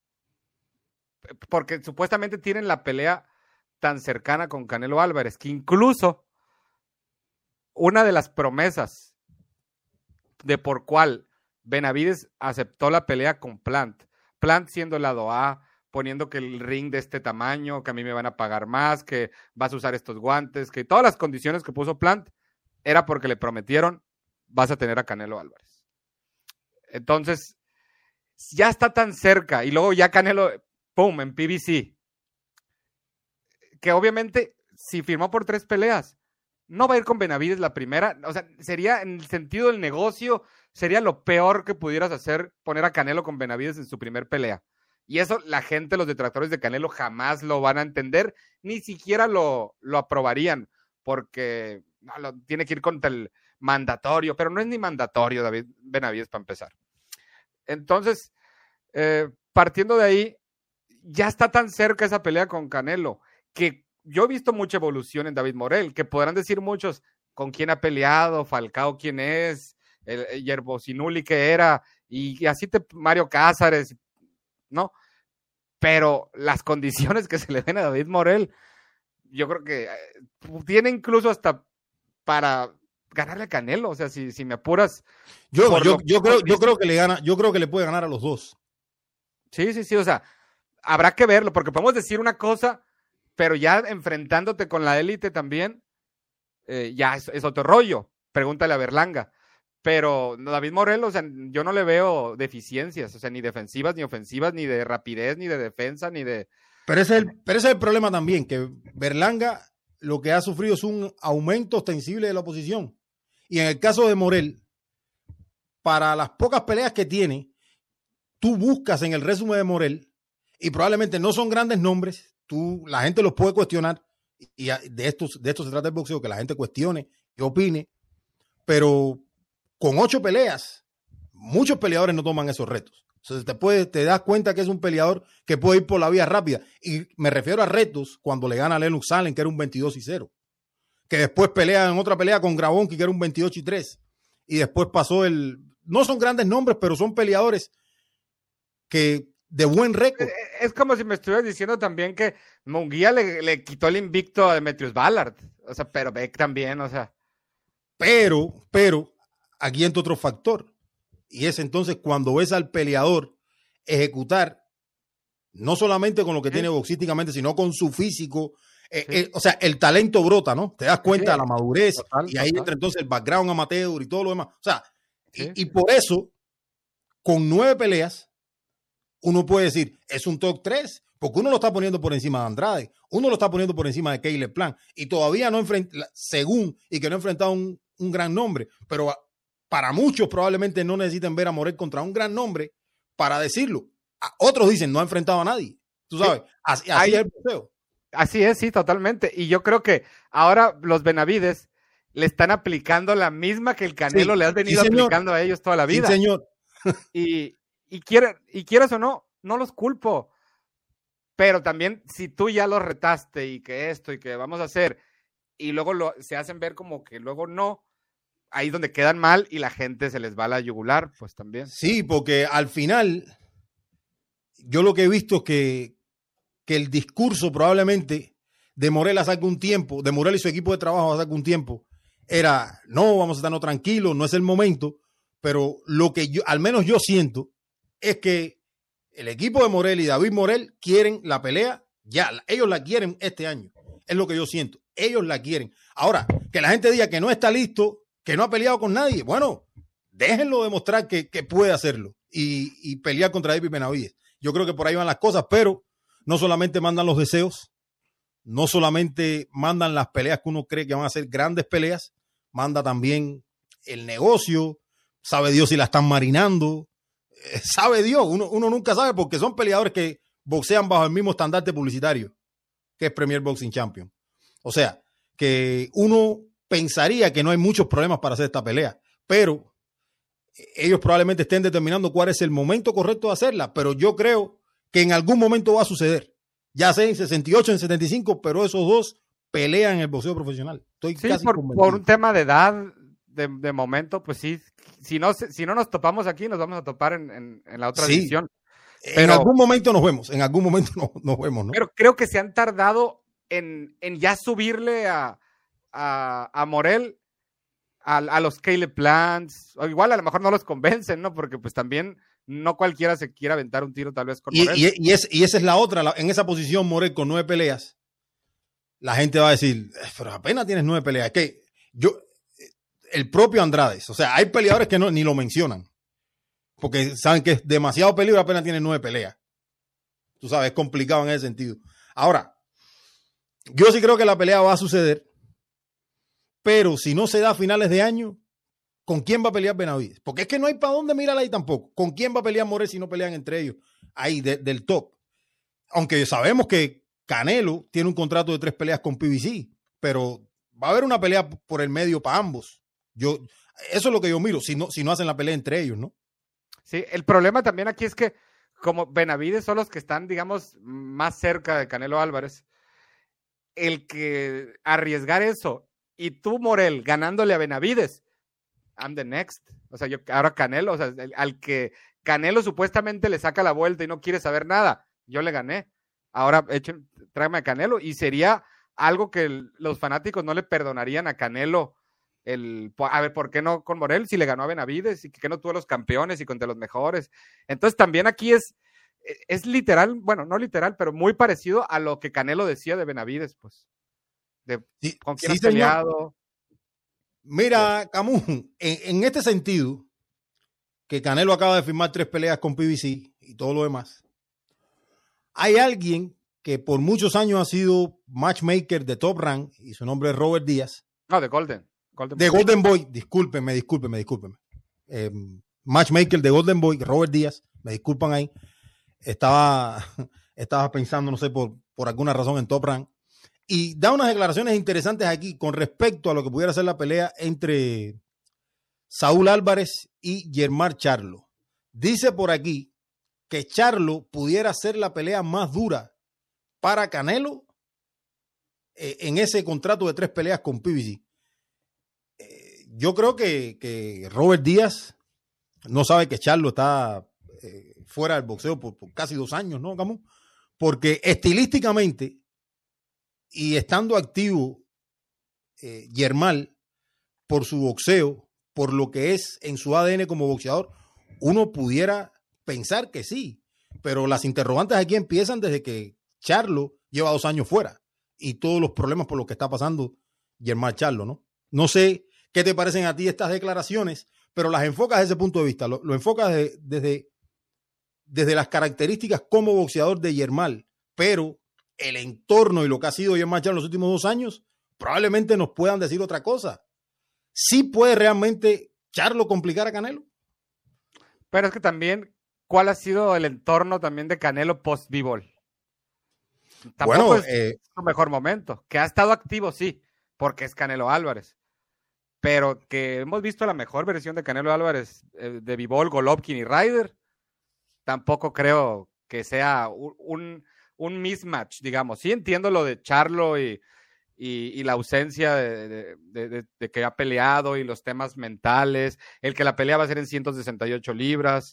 Porque supuestamente tienen la pelea tan cercana con Canelo Álvarez, que incluso una de las promesas de por cuál Benavidez aceptó la pelea con Plant siendo el lado A, poniendo que el ring de este tamaño, que a mí me van a pagar más, que vas a usar estos guantes, que todas las condiciones que puso Plant era porque le prometieron vas a tener a Canelo Álvarez. Entonces, ya está tan cerca y luego ya Canelo, ¡pum!, en PBC, que obviamente si firmó por 3 peleas, no va a ir con Benavidez la primera, o sea, sería en el sentido del negocio, sería lo peor que pudieras hacer, poner a Canelo con Benavidez en su primer pelea. Y eso la gente, los detractores de Canelo jamás lo van a entender, ni siquiera lo aprobarían, porque tiene que ir contra el mandatorio, pero no es ni mandatorio David Benavidez para empezar. Entonces, partiendo de ahí, ya está tan cerca esa pelea con Canelo, que yo he visto mucha evolución en David Morel, que podrán decir muchos con quién ha peleado, Falcao quién es, el Yerbosinuli que era, y así Mario Cázares, ¿no? Pero las condiciones que se le ven a David Morel, yo creo que tiene incluso hasta para ganarle a Canelo, o sea, si me apuras. Yo creo que le gana, yo creo que le puede ganar a los dos. Sí, o sea, habrá que verlo, porque podemos decir una cosa, pero ya enfrentándote con la élite también, ya es otro rollo. Pregúntale a Berlanga. Pero David Morel, o sea, yo no le veo deficiencias, o sea, ni defensivas, ni ofensivas, ni de rapidez, ni de defensa, ni de... Pero ese es el problema también, que Berlanga lo que ha sufrido es un aumento ostensible de la oposición. Y en el caso de Morel, para las pocas peleas que tiene, tú buscas en el resumen de Morel, y probablemente no son grandes nombres, la gente los puede cuestionar, y de esto se trata el boxeo, que la gente cuestione, que opine, pero con 8 peleas, muchos peleadores no toman esos retos. Entonces te das cuenta que es un peleador que puede ir por la vía rápida. Y me refiero a retos cuando le gana a Lennox Allen, que era un 22-0. Que después pelea en otra pelea con Gravonki, que era un 28-3. Y después pasó no son grandes nombres, pero son peleadores que de buen récord. Es como si me estuvieras diciendo también que Munguía le quitó el invicto a Demetrius Ballard. O sea, pero Beck también, o sea. Pero aquí entra otro factor, y es entonces cuando ves al peleador ejecutar, no solamente con lo que tiene boxísticamente, sino con su físico, o sea, el talento brota, ¿no? Te das cuenta de la madurez, y ahí entra entonces el background amateur y todo lo demás. O sea, y por eso, con 9 peleas, uno puede decir, es un top 3, porque uno lo está poniendo por encima de Andrade, uno lo está poniendo por encima de Caleb Plant, y todavía no enfrenta, según, y que no ha enfrentado un gran nombre, pero para muchos probablemente no necesiten ver a Morel contra un gran nombre para decirlo. Otros dicen, no ha enfrentado a nadie. Tú sabes, así es el boxeo. Así es, sí, totalmente. Y yo creo que ahora los Benavidez le están aplicando la misma que el Canelo le ha venido aplicando a ellos toda la vida. Sí, señor. y quieras o no, no los culpo. Pero también, si tú ya los retaste y que esto y que vamos a hacer, y luego se hacen ver como que luego no, ahí es donde quedan mal y la gente se les va a la yugular, pues también. Sí, porque al final, yo lo que he visto es que el discurso probablemente de Morel hace algún tiempo, de Morel y su equipo de trabajo hace algún tiempo, era, no, vamos a estarnos tranquilos, no es el momento, pero lo que al menos yo siento, es que el equipo de Morel y David Morel quieren la pelea ya, ellos la quieren este año, es lo que yo siento, ellos la quieren. Ahora, que la gente diga que no está listo, que no ha peleado con nadie, bueno, déjenlo demostrar que puede hacerlo y pelear contra David Benavidez. Yo creo que por ahí van las cosas, pero no solamente mandan los deseos, no solamente mandan las peleas que uno cree que van a ser grandes peleas, manda también el negocio, sabe Dios si la están marinando, sabe Dios, uno nunca sabe porque son peleadores que boxean bajo el mismo estandarte publicitario que es Premier Boxing Champion. O sea, que uno pensaría que no hay muchos problemas para hacer esta pelea, pero ellos probablemente estén determinando cuál es el momento correcto de hacerla, pero yo creo que en algún momento va a suceder, ya sea en 68, en 75, pero esos dos pelean en el boxeo profesional. Estoy casi por convencido. un tema de edad, de momento, pues sí, si no nos topamos aquí, nos vamos a topar en la otra división. Pero, en algún momento nos vemos, nos vemos, ¿no? Pero creo que se han tardado en ya subirle a Morel a los Caleb Plants, o igual a lo mejor no los convencen, ¿no? Porque pues también no cualquiera se quiere aventar un tiro tal vez con Morel. Y esa es la otra, en esa posición Morel con 9 peleas, la gente va a decir, pero apenas tienes 9 peleas. Es que el propio Andrade, o sea, hay peleadores que ni lo mencionan, porque saben que es demasiado peligro, apenas tiene 9 peleas. Tú sabes, es complicado en ese sentido. Ahora, yo sí creo que la pelea va a suceder, pero si no se da a finales de año, ¿con quién va a pelear Benavides? Porque es que no hay para dónde mirar ahí tampoco. ¿Con quién va a pelear Morel si no pelean entre ellos? Ahí, del top. Aunque sabemos que Canelo tiene un contrato de 3 peleas con PBC, pero va a haber una pelea por el medio para ambos. Eso es lo que yo miro, si no hacen la pelea entre ellos, ¿no? Sí, el problema también aquí es que como Benavides son los que están, digamos, más cerca de Canelo Álvarez, el que arriesgar eso y tú, Morel, ganándole a Benavides, I'm the next. O sea, ahora Canelo, o sea, al que Canelo supuestamente le saca la vuelta y no quiere saber nada, yo le gané. Ahora tráeme a Canelo y sería algo que los fanáticos no le perdonarían a Canelo. A ver, ¿por qué no con Morel si le ganó a Benavides y que no tuvo los campeones y contra los mejores? Entonces también aquí es literal, bueno, no literal, pero muy parecido a lo que Canelo decía de Benavides, pues. Sí, con quién has peleado. Mira, Camus, en este sentido, que Canelo acaba de firmar 3 peleas con PBC y todo lo demás, hay alguien que por muchos años ha sido matchmaker de Top Rank y su nombre es Robert Díaz. No, de Golden Boy, discúlpeme. Matchmaker de Golden Boy, Robert Díaz, me disculpan ahí. Estaba pensando, no sé, por alguna razón en Top Rank. Y da unas declaraciones interesantes aquí con respecto a lo que pudiera ser la pelea entre Saúl Álvarez y Germán Charlo. Dice por aquí que Charlo pudiera ser la pelea más dura para Canelo en ese contrato de 3 peleas con PBC. Yo creo que Robert Díaz no sabe que Charlo está fuera del boxeo por casi 2 años, ¿no, Camus? Porque estilísticamente y estando activo Germán por su boxeo, por lo que es en su ADN como boxeador, uno pudiera pensar que sí, pero las interrogantes aquí empiezan desde que Charlo lleva 2 años fuera y todos los problemas por los que está pasando Germán Charlo, ¿no? No sé qué te parecen a ti estas declaraciones, pero las enfocas desde ese punto de vista, lo enfocas desde las características como boxeador de Germán, pero el entorno y lo que ha sido Germán Charlo en los últimos 2 años, probablemente nos puedan decir otra cosa. ¿Sí puede realmente Charlo complicar a Canelo? Pero es que también, ¿cuál ha sido el entorno también de Canelo post-B-Ball? Tampoco es su mejor momento. Que ha estado activo, sí, porque es Canelo Álvarez. Pero que hemos visto la mejor versión de Canelo Álvarez de B-Ball, Golovkin y Ryder, tampoco creo que sea un mismatch, digamos. Sí entiendo lo de Charlo y la ausencia de que ha peleado y los temas mentales, el que la pelea va a ser en 168 libras,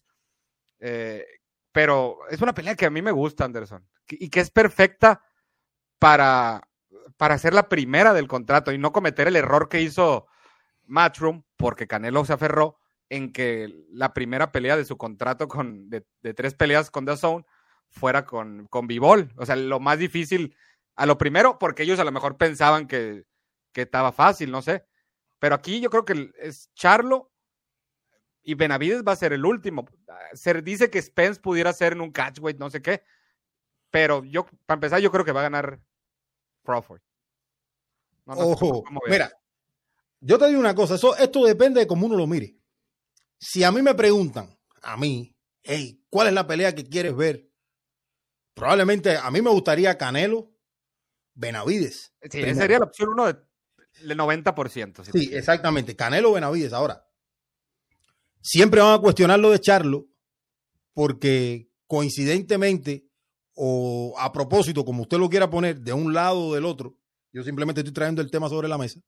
pero es una pelea que a mí me gusta, Anderson, y que es perfecta para hacer la primera del contrato y no cometer el error que hizo Matchroom, porque Canelo se aferró en que la primera pelea de su contrato de 3 peleas con DAZN fuera con B-Ball. O sea, lo más difícil a lo primero, porque ellos a lo mejor pensaban que estaba fácil, no sé. Pero aquí yo creo que es Charlo y Benavides va a ser el último. Se dice que Spence pudiera ser en un catchweight, no sé qué. Pero para empezar, yo creo que va a ganar Crawford. Ojo, mira, yo te digo una cosa, esto depende de cómo uno lo mire. Si a mí me preguntan, a mí, hey, ¿cuál es la pelea que quieres ver? Probablemente a mí me gustaría Canelo Benavides. Sí, esa sería la opción 1 del 90%. Sí, exactamente. Canelo Benavides. Ahora, siempre van a cuestionar lo de Charlo porque coincidentemente o a propósito, como usted lo quiera poner, de un lado o del otro, yo simplemente estoy trayendo el tema sobre la mesa,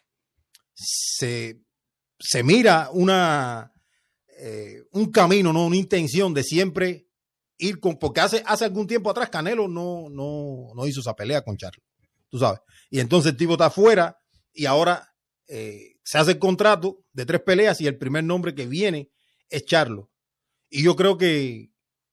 se mira un camino, ¿no? Una intención de siempre ir con, porque hace algún tiempo atrás Canelo no hizo esa pelea con Charlo, tú sabes, y entonces el tipo está afuera y ahora se hace el contrato de 3 peleas y el primer nombre que viene es Charlo, y yo creo que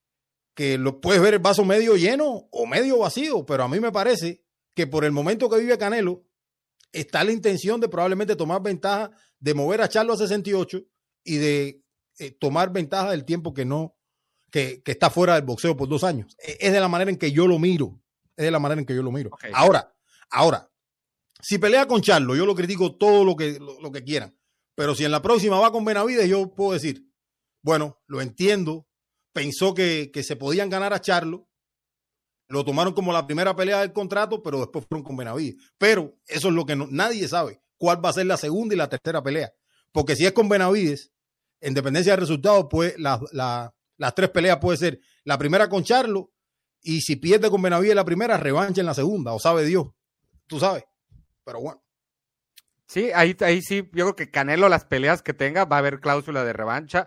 lo puedes ver el vaso medio lleno o medio vacío, pero a mí me parece que por el momento que vive Canelo está la intención de probablemente tomar ventaja de mover a Charlo a 68 y de tomar ventaja del tiempo que está fuera del boxeo por 2 años. Es de la manera en que yo lo miro. Okay. Ahora, si pelea con Charlo, yo lo critico todo lo que quieran, pero si en la próxima va con Benavides, yo puedo decir, bueno, lo entiendo, pensó que se podían ganar a Charlo, lo tomaron como la primera pelea del contrato, pero después fueron con Benavides. Pero eso es lo que nadie sabe, cuál va a ser la segunda y la tercera pelea. Porque si es con Benavides, en dependencia del resultado, pues las 3 peleas puede ser la primera con Charlo, y si pierde con Benavides la primera, revancha en la segunda, o sabe Dios, tú sabes. Pero bueno. Sí, ahí sí, yo creo que Canelo, las peleas que tenga, va a haber cláusula de revancha,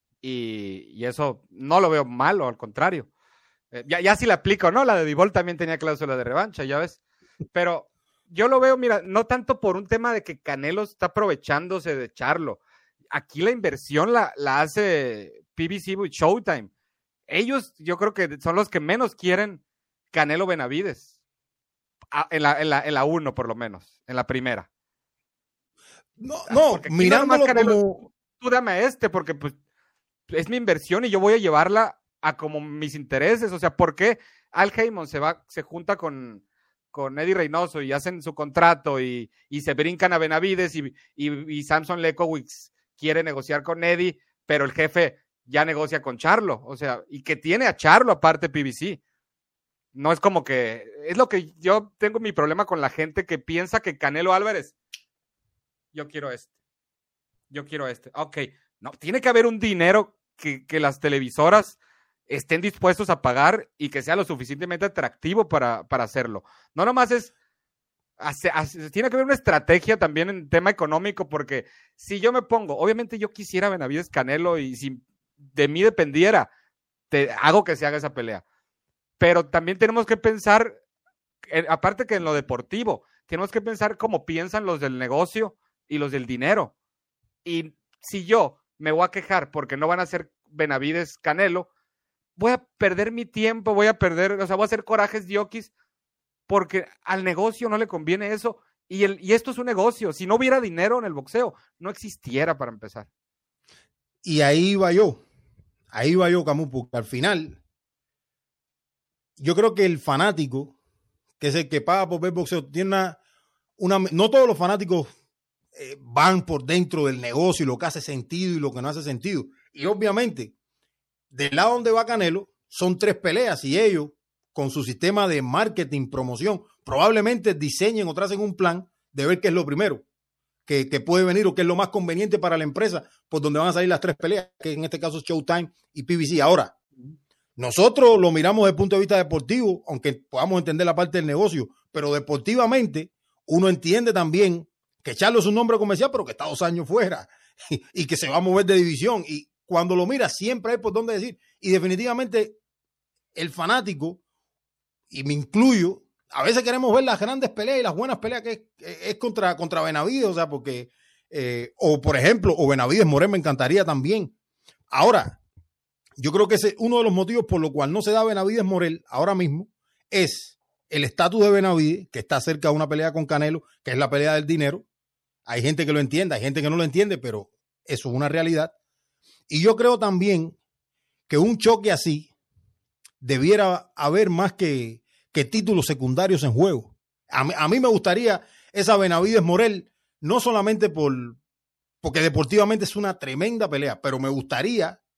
y eso no lo veo mal, o al contrario. Ya sí la aplico, ¿no? La de Bivol también tenía cláusula de revancha, ya ves. Pero yo lo veo, mira, no tanto por un tema de que Canelo está aprovechándose de Charlo. Aquí la inversión la hace PBC y Showtime. Ellos, yo creo que son los que menos quieren Canelo Benavides. En la 1, por lo menos, en la primera. No, mirándolo como... Tú dame a porque pues es mi inversión y yo voy a llevarla a como mis intereses. O sea, ¿por qué Al Haymon se junta con Eddie Reynoso y hacen su contrato y se brincan a Benavides y Samson Lekowicz quiere negociar con Eddie, pero el jefe ya negocia con Charlo? O sea, y que tiene a Charlo aparte PBC. No es como que... Es lo que yo tengo mi problema con la gente que piensa que Canelo Álvarez, yo quiero este. Ok, no, tiene que haber un dinero que las televisoras estén dispuestos a pagar y que sea lo suficientemente atractivo para hacerlo. No nomás es... tiene que haber una estrategia también en tema económico, porque si yo me pongo, obviamente yo quisiera Benavides Canelo y si de mí dependiera, te hago que se haga esa pelea. Pero también tenemos que pensar, aparte que en lo deportivo, tenemos que pensar cómo piensan los del negocio y los del dinero. Y si yo me voy a quejar porque no van a ser Benavides Canelo, voy a perder mi tiempo, voy a hacer corajes diokis, porque al negocio no le conviene eso, y esto es un negocio. Si no hubiera dinero en el boxeo, no existiera, para empezar. Y ahí va yo, Camus, porque al final yo creo que el fanático, que es el que paga por ver boxeo, tiene no todos los fanáticos van por dentro del negocio y lo que hace sentido y lo que no hace sentido. Y obviamente, del lado donde va Canelo, son 3 peleas y ellos, con su sistema de marketing, promoción, probablemente diseñen o tracen un plan de ver qué es lo primero que puede venir o qué es lo más conveniente para la empresa, por donde van a salir las 3 peleas, que en este caso es Showtime y PBC. Ahora, nosotros lo miramos desde el punto de vista deportivo, aunque podamos entender la parte del negocio, pero deportivamente uno entiende también que Charlo es un nombre comercial, pero que está 2 años fuera y que se va a mover de división. Y cuando lo mira, siempre hay por dónde decir. Y definitivamente el fanático, y me incluyo, a veces queremos ver las grandes peleas y las buenas peleas que es contra Benavides, o sea, porque, o por ejemplo, o Benavides Morel me encantaría también. Ahora, yo creo que ese uno de los motivos por lo cual no se da Benavides Morel ahora mismo es el estatus de Benavides, que está cerca de una pelea con Canelo, que es la pelea del dinero. Hay gente que lo entiende, hay gente que no lo entiende, pero eso es una realidad. Y yo creo también que un choque así debiera haber más que títulos secundarios en juego. A mí me gustaría esa Benavides Morel, no solamente porque deportivamente es una tremenda pelea, pero me gustaría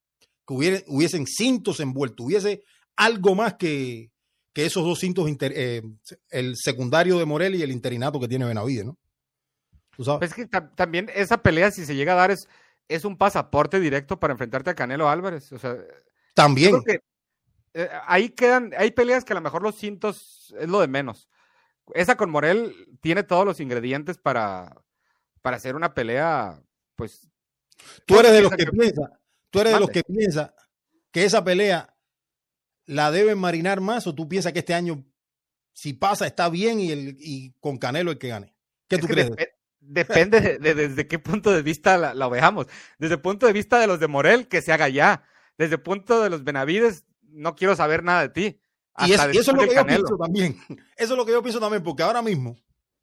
que hubiesen cintos envueltos, hubiese algo más que esos dos cintos, el secundario de Morel y el interinato que tiene Benavides, ¿no? ¿Tú sabes? Pues es que también esa pelea, si se llega a dar, es un pasaporte directo para enfrentarte a Canelo Álvarez. O sea, También. yo creo que hay peleas que a lo mejor los cintos es lo de menos. Esa con Morel tiene todos los ingredientes para hacer una pelea, pues. Tú eres de los que piensa que esa pelea la deben marinar más, o tú piensas que este año, si pasa, está bien y con Canelo el que gane. ¿Qué tú crees? Depende desde qué punto de vista la veamos. Desde el punto de vista de los de Morel, que se haga ya. Desde el punto de los Benavides, no quiero saber nada de ti. Y eso es lo que yo pienso también. Eso es lo que yo pienso también, porque ahora mismo,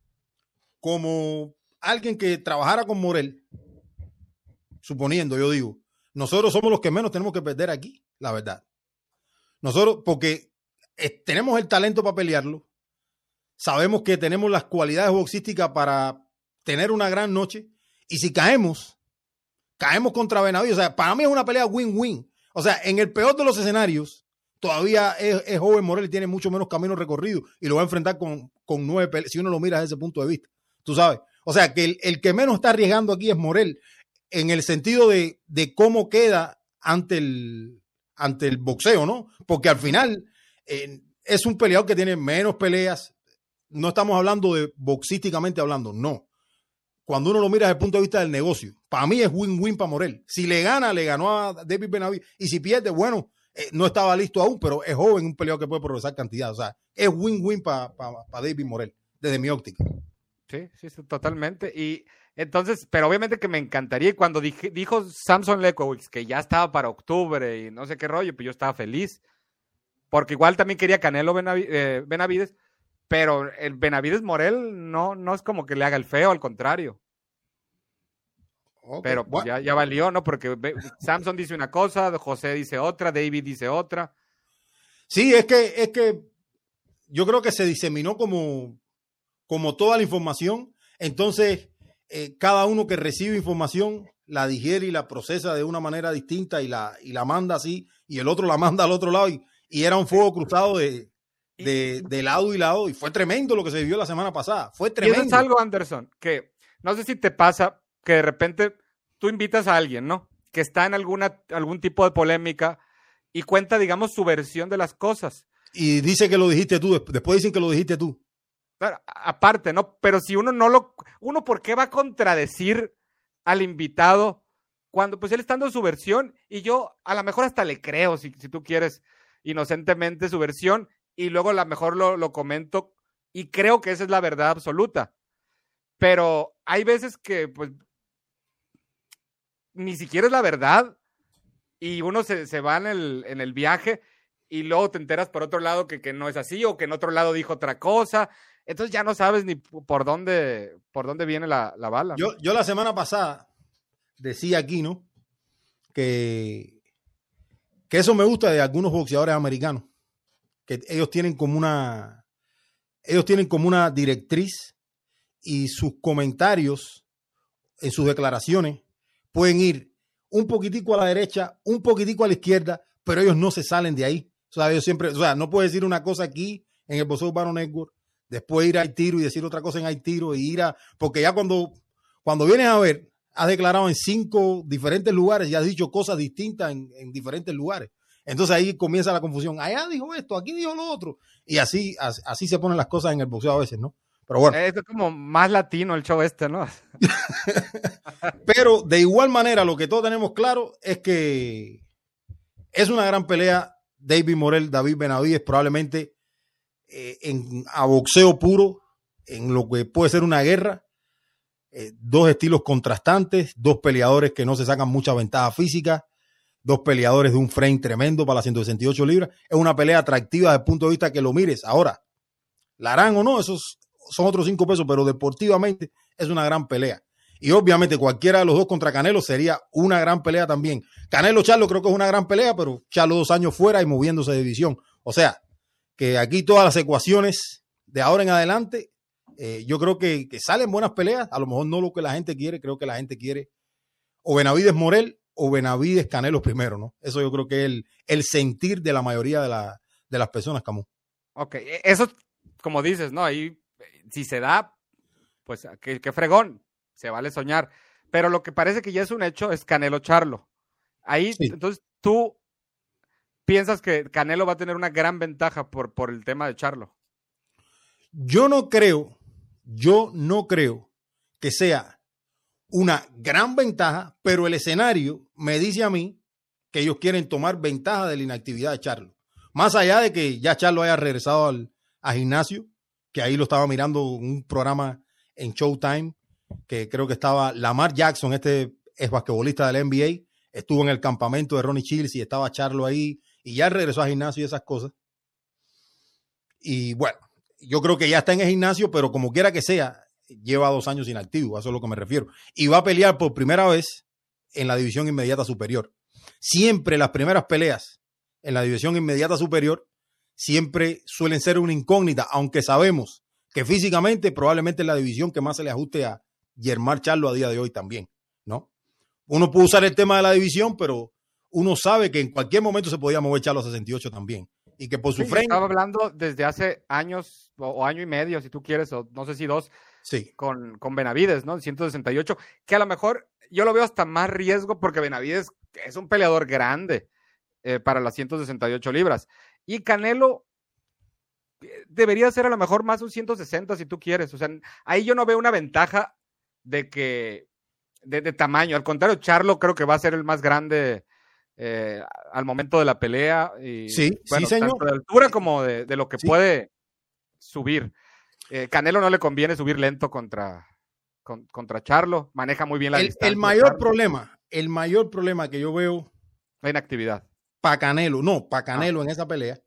como alguien que trabajara con Morel, suponiendo, yo digo, nosotros somos los que menos tenemos que perder aquí, la verdad. Nosotros, porque tenemos el talento para pelearlo, sabemos que tenemos las cualidades boxísticas para tener una gran noche, y si caemos contra Benavides. O sea, para mí es una pelea win-win. O sea, en el peor de los escenarios, todavía es joven Morel y tiene mucho menos camino recorrido, y lo va a enfrentar con 9 peleas, si uno lo mira desde ese punto de vista. Tú sabes. O sea, que el que menos está arriesgando aquí es Morel, en el sentido de cómo queda ante el boxeo, ¿no? Porque al final es un peleador que tiene menos peleas. No estamos hablando de boxísticamente hablando, no. Cuando uno lo mira desde el punto de vista del negocio, para mí es win-win para Morel. Si le gana, le ganó a David Benavides. Y si pierde, bueno, no estaba listo aún, pero es joven, un peleador que puede progresar cantidad. O sea, es win-win para David Morel, desde mi óptica. Sí, totalmente. Y entonces, pero obviamente que me encantaría. Y cuando dijo Samson Lekowicz que ya estaba para octubre y no sé qué rollo, pues yo estaba feliz. Porque igual también quería Canelo Benavides, pero el Benavides Morel no es como que le haga el feo, al contrario. Okay, pero pues ya valió, ¿no? Porque Samson dice una cosa, José dice otra, David dice otra. Sí, es que yo creo que se diseminó como toda la información. Entonces, cada uno que recibe información la digiere y la procesa de una manera distinta y la manda así, y el otro la manda al otro lado, y era un fuego cruzado de lado y lado, y fue tremendo lo que se vivió la semana pasada. Fue tremendo. Y eso es algo, Anderson, que no sé si te pasa que de repente tú invitas a alguien, ¿no? Que está en algún tipo de polémica y cuenta, digamos, su versión de las cosas. Y dice que lo dijiste tú, después dicen que lo dijiste tú. Claro, aparte, ¿no? Pero si uno uno, ¿por qué va a contradecir al invitado cuando pues él está dando su versión? Y yo a lo mejor hasta le creo, si tú quieres, inocentemente su versión, y luego a lo mejor lo comento y creo que esa es la verdad absoluta. Pero hay veces que pues ni siquiera es la verdad y uno se va en el viaje y luego te enteras por otro lado que no es así, o que en otro lado dijo otra cosa. Entonces ya no sabes ni por dónde viene la bala. Yo la semana pasada decía aquí, ¿no? Que eso me gusta de algunos boxeadores americanos, que ellos tienen como una directriz, y sus comentarios en sus declaraciones pueden ir un poquitico a la derecha, un poquitico a la izquierda, pero ellos no se salen de ahí. O sea, ellos siempre, no puedes decir una cosa aquí en el Boxeo Urbano Network, después ir a Tiro y decir otra cosa en Hay Tiro, y porque ya cuando vienes a ver, has declarado en 5 diferentes lugares y has dicho cosas distintas en diferentes lugares. Entonces ahí comienza la confusión. Allá dijo esto, aquí dijo lo otro. Y así se ponen las cosas en el boxeo a veces, ¿no? Pero bueno. Es como más latino el show ¿no? Pero de igual manera, lo que todos tenemos claro es que es una gran pelea. David Morel, David Benavides, probablemente a boxeo puro, en lo que puede ser una guerra. 2 estilos contrastantes, 2 peleadores que no se sacan mucha ventaja física, 2 peleadores de un frame tremendo para las 168 libras. Es una pelea atractiva desde el punto de vista que lo mires. Ahora, la harán o no, esos son otros 5 pesos, pero deportivamente es una gran pelea. Y obviamente cualquiera de los dos contra Canelo sería una gran pelea también. Canelo Charlo creo que es una gran pelea, pero Charlo 2 años fuera y moviéndose de división. O sea, que aquí todas las ecuaciones de ahora en adelante, yo creo que salen buenas peleas. A lo mejor no lo que la gente quiere, creo que la gente quiere o Benavides Morel o Benavides Canelo primero, ¿no? Eso yo creo que es el sentir de la mayoría de las personas, Camus. Ok, eso, como dices, ¿no? Ahí, si se da, pues qué fregón, se vale soñar. Pero lo que parece que ya es un hecho es Canelo Charlo. Ahí, sí. Entonces, tú piensas que Canelo va a tener una gran ventaja por el tema de Charlo. Yo no creo que sea una gran ventaja, pero el escenario me dice a mí que ellos quieren tomar ventaja de la inactividad de Charlo. Más allá de que ya Charlo haya regresado al gimnasio, que ahí lo estaba mirando un programa en Showtime, que creo que estaba Lamar Jackson, este es basquetbolista del NBA, estuvo en el campamento de Ronnie Shields y estaba Charlo ahí, y ya regresó al gimnasio y esas cosas. Y bueno, yo creo que ya está en el gimnasio, pero como quiera que sea, lleva 2 años inactivo, a eso es a lo que me refiero. Y va a pelear por primera vez en la división inmediata superior. Siempre las primeras peleas en la división inmediata superior siempre suelen ser una incógnita, aunque sabemos que físicamente probablemente es la división que más se le ajuste a Germán Charlo a día de hoy también, ¿no? Uno puede usar el tema de la división, pero uno sabe que en cualquier momento se podía mover Charlo a 68 también. Y que por su frente... Estaba hablando desde hace años o año y medio, si tú quieres, o no sé si 2, sí, con Benavides, ¿no? 168, que a lo mejor yo lo veo hasta más riesgo porque Benavides es un peleador grande para las 168 libras. Y Canelo debería ser a lo mejor más un 160 si tú quieres. O sea, ahí yo no veo una ventaja de tamaño. Al contrario, Charlo creo que va a ser el más grande al momento de la pelea. Y, sí, bueno, sí, señor. Tanto de altura como de lo que sí puede subir. Canelo no le conviene subir lento contra Charlo. Maneja muy bien la distancia. El mayor problema que yo veo... La inactividad. Para Canelo en esa pelea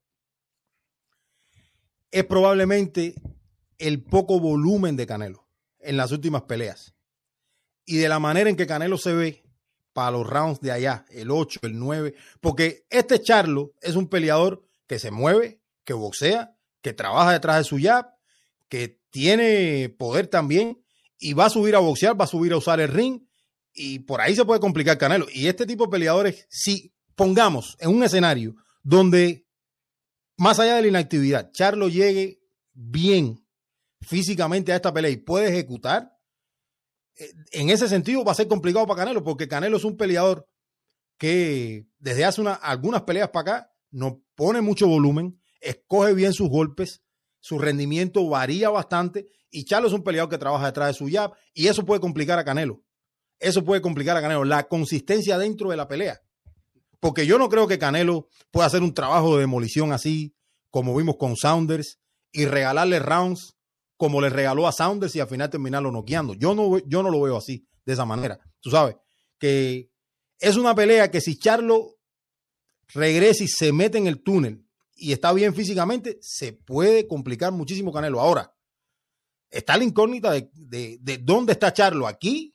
es probablemente el poco volumen de Canelo en las últimas peleas y de la manera en que Canelo se ve para los rounds de allá, el 8, el 9, porque este Charlo es un peleador que se mueve, que boxea, que trabaja detrás de su jab, que tiene poder también y va a subir a boxear, va a subir a usar el ring y por ahí se puede complicar Canelo. Y este tipo de peleadores, si pongamos en un escenario donde más allá de la inactividad, Charlo llegue bien físicamente a esta pelea y puede ejecutar, en ese sentido va a ser complicado para Canelo, porque Canelo es un peleador que desde hace algunas peleas para acá no pone mucho volumen, escoge bien sus golpes, su rendimiento varía bastante y Charlo es un peleador que trabaja detrás de su jab y eso puede complicar a Canelo. Eso puede complicar a Canelo, la consistencia dentro de la pelea. Porque yo no creo que Canelo pueda hacer un trabajo de demolición así como vimos con Saunders y regalarle rounds como le regaló a Saunders y al final terminarlo noqueando. Yo no lo veo así, de esa manera. Tú sabes que es una pelea que si Charlo regresa y se mete en el túnel y está bien físicamente, se puede complicar muchísimo Canelo. Ahora, está la incógnita de dónde está Charlo aquí,